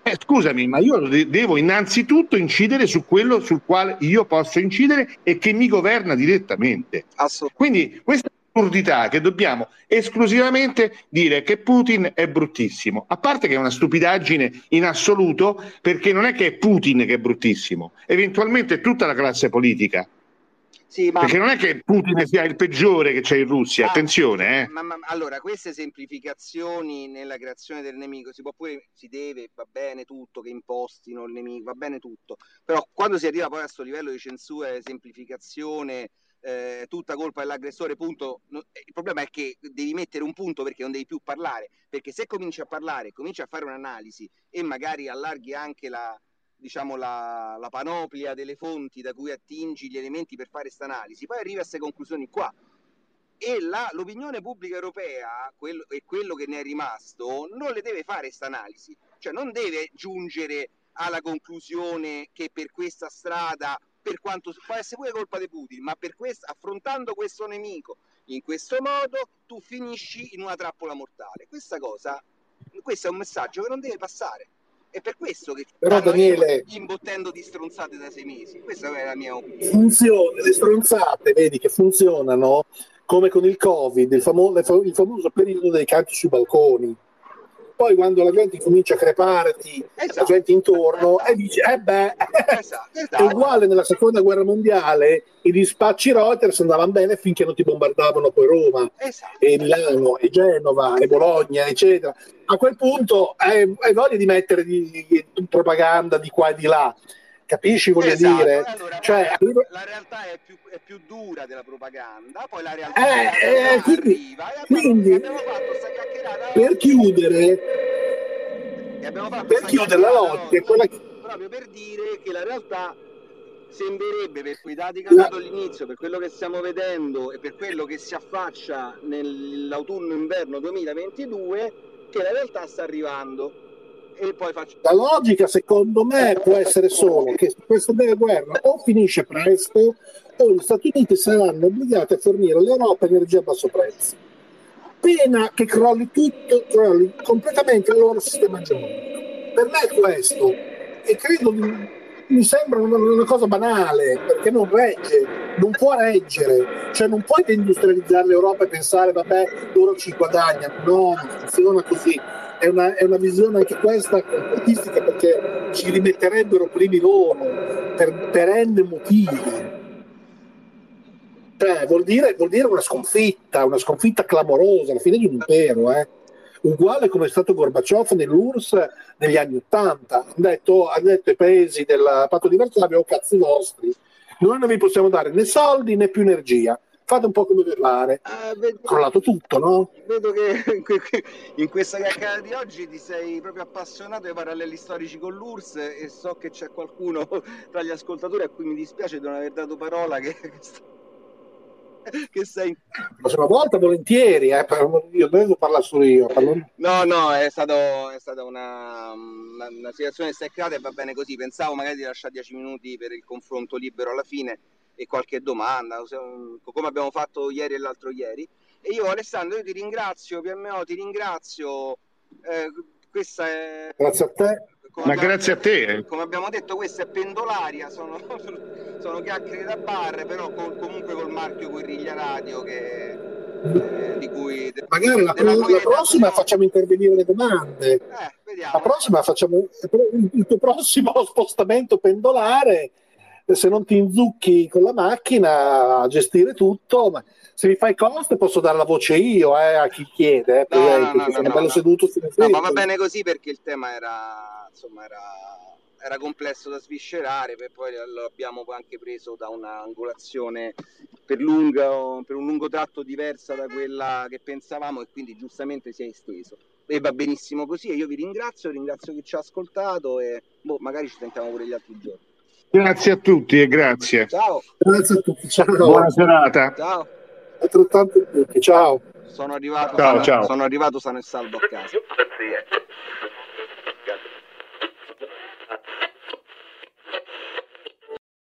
D: Eh, scusami, ma io de- devo innanzitutto incidere su quello sul quale io posso incidere e che mi governa direttamente. Quindi questa assurdità che dobbiamo esclusivamente dire che Putin è bruttissimo, a parte che è una stupidaggine in assoluto, perché non è che è Putin che è bruttissimo, eventualmente è tutta la classe politica.
B: Sì, ma...
D: Perché non è che Putin sia il peggiore che c'è in Russia,
B: Ah,
D: attenzione, eh.
B: ma, ma, allora, queste semplificazioni nella creazione del nemico si può pure, si deve, va bene tutto, che impostino il nemico, va bene tutto, però quando si arriva poi a questo livello di censura e semplificazione, eh, tutta colpa dell'aggressore, punto, no, il problema è che devi mettere un punto perché non devi più parlare, perché se cominci a parlare, cominci a fare un'analisi e magari allarghi anche la diciamo la, la panoplia delle fonti da cui attingi gli elementi per fare questa analisi, poi arrivi a queste conclusioni qua e la, l'opinione pubblica europea quello, e quello che ne è rimasto non le deve fare questa analisi, cioè non deve giungere alla conclusione che per questa strada, per quanto può essere pure colpa di Putin, ma per questo, affrontando questo nemico in questo modo tu finisci in una trappola mortale. Questa cosa, questo è un messaggio che non deve passare. È per questo che
C: però
B: stanno
C: Daniele,
B: imbottendo di stronzate da sei mesi. Questa è la mia opinione.
C: funziona, le stronzate, vedi che funzionano come con il Covid, il, famo- il famoso periodo dei canti sui balconi. Poi quando la gente comincia a creparti,
B: Esatto.
C: la gente intorno, e dice, eh beh,
B: Esatto, esatto.
C: è uguale nella seconda guerra mondiale, i dispacci Reuters andavano bene finché non ti bombardavano poi Roma,
B: Esatto.
C: e Milano, e Genova, e Bologna, eccetera. A quel punto hai, hai voglia di mettere di, di, di propaganda di qua e di là. Capisci, voglio
B: esatto.
C: dire?
B: Allora,
C: cioè,
B: la, la realtà è più, è più dura della propaganda, poi la realtà,
C: eh,
B: la realtà
C: eh, quindi,
B: arriva e abbiamo,
C: quindi
B: abbiamo fatto sta chiacchierata
C: per
B: oggi,
C: chiudere,
B: e abbiamo fatto
C: per
B: sta
C: chiudere la
B: chiacchierata
C: logica è
B: oggi,
C: quella che...
B: proprio per dire che la realtà sembrerebbe, per quei dati che ho dato all'inizio, per quello che stiamo vedendo e per quello che si affaccia nell'autunno-inverno duemilaventidue, che la realtà sta arrivando. E poi faccio...
C: La logica, secondo me, può essere solo che questa guerra o finisce presto o gli Stati Uniti saranno obbligati a fornire all'Europa energia a basso prezzo. Pena che crolli tutto, crolli completamente il loro sistema geologico. Per me è questo, e credo, mi sembra una, una cosa banale, perché non regge, non può reggere, cioè non puoi deindustrializzare l'Europa e pensare, vabbè, loro ci guadagnano, no, non funziona così. È una, è una visione anche questa complotistica, perché ci rimetterebbero primi loro per, per n motivi. Cioè, vuol dire, vuol dire una sconfitta, una sconfitta clamorosa, alla fine di un impero, eh. Uguale come è stato Gorbaciov nell'U R S S negli anni Ottanta. Ha detto, ha detto ai paesi del patto di Varsavia, o cazzi vostri, noi non vi possiamo dare né soldi né più energia. Fate un po' come vi pare.
B: Ah, vedo,
C: crollato tutto, no?
B: Vedo che in questa chiacchierata di oggi ti sei proprio appassionato ai paralleli storici con l'U R S S e so che c'è qualcuno tra gli ascoltatori a cui mi dispiace di non aver dato parola che, che sei...
C: La prossima volta volentieri, eh, io devo parlare solo io. Parlo...
B: No, no, è, stato, è stata una, una, una situazione steccata e va bene così. Pensavo magari di lasciare dieci minuti per il confronto libero alla fine e qualche domanda, come abbiamo fatto ieri e l'altro ieri. E io, Alessandro, io ti ringrazio, P M O, ti ringrazio. Eh, questa è...
C: Grazie a te.
D: Ma grazie a te.
B: Come abbiamo detto, questa è Pendolaria, sono, sono chiacchiere da bar, però con, comunque col marchio Guerriglia Radio che, eh, di cui...
C: Magari la, la, la prossima facciamo intervenire le domande.
B: Eh, vediamo.
C: La prossima facciamo il tuo prossimo spostamento pendolare, se non ti inzucchi con la macchina a gestire tutto, ma se mi fai costo posso dare la voce io eh, a chi chiede, eh,
B: no,
C: no,
B: no, no,
C: sono
B: no,
C: bello
B: no.
C: seduto
B: no, ma va bene così perché il tema era insomma era, era complesso da sviscerare, per poi lo abbiamo anche preso da un'angolazione per, lunga, per un lungo tratto diversa da quella che pensavamo e quindi giustamente si è esteso e va benissimo così e io vi ringrazio, ringrazio chi ci ha ascoltato e boh, magari ci sentiamo pure gli altri giorni.
D: Grazie a tutti e grazie.
B: Ciao.
C: Grazie a tutti. Ciao.
D: Buona serata.
B: Ciao.
C: Altrettanto a tutti. Ciao.
B: Sono arrivato,
D: ciao,
B: sano,
D: ciao.
B: sono arrivato sano e salvo a casa.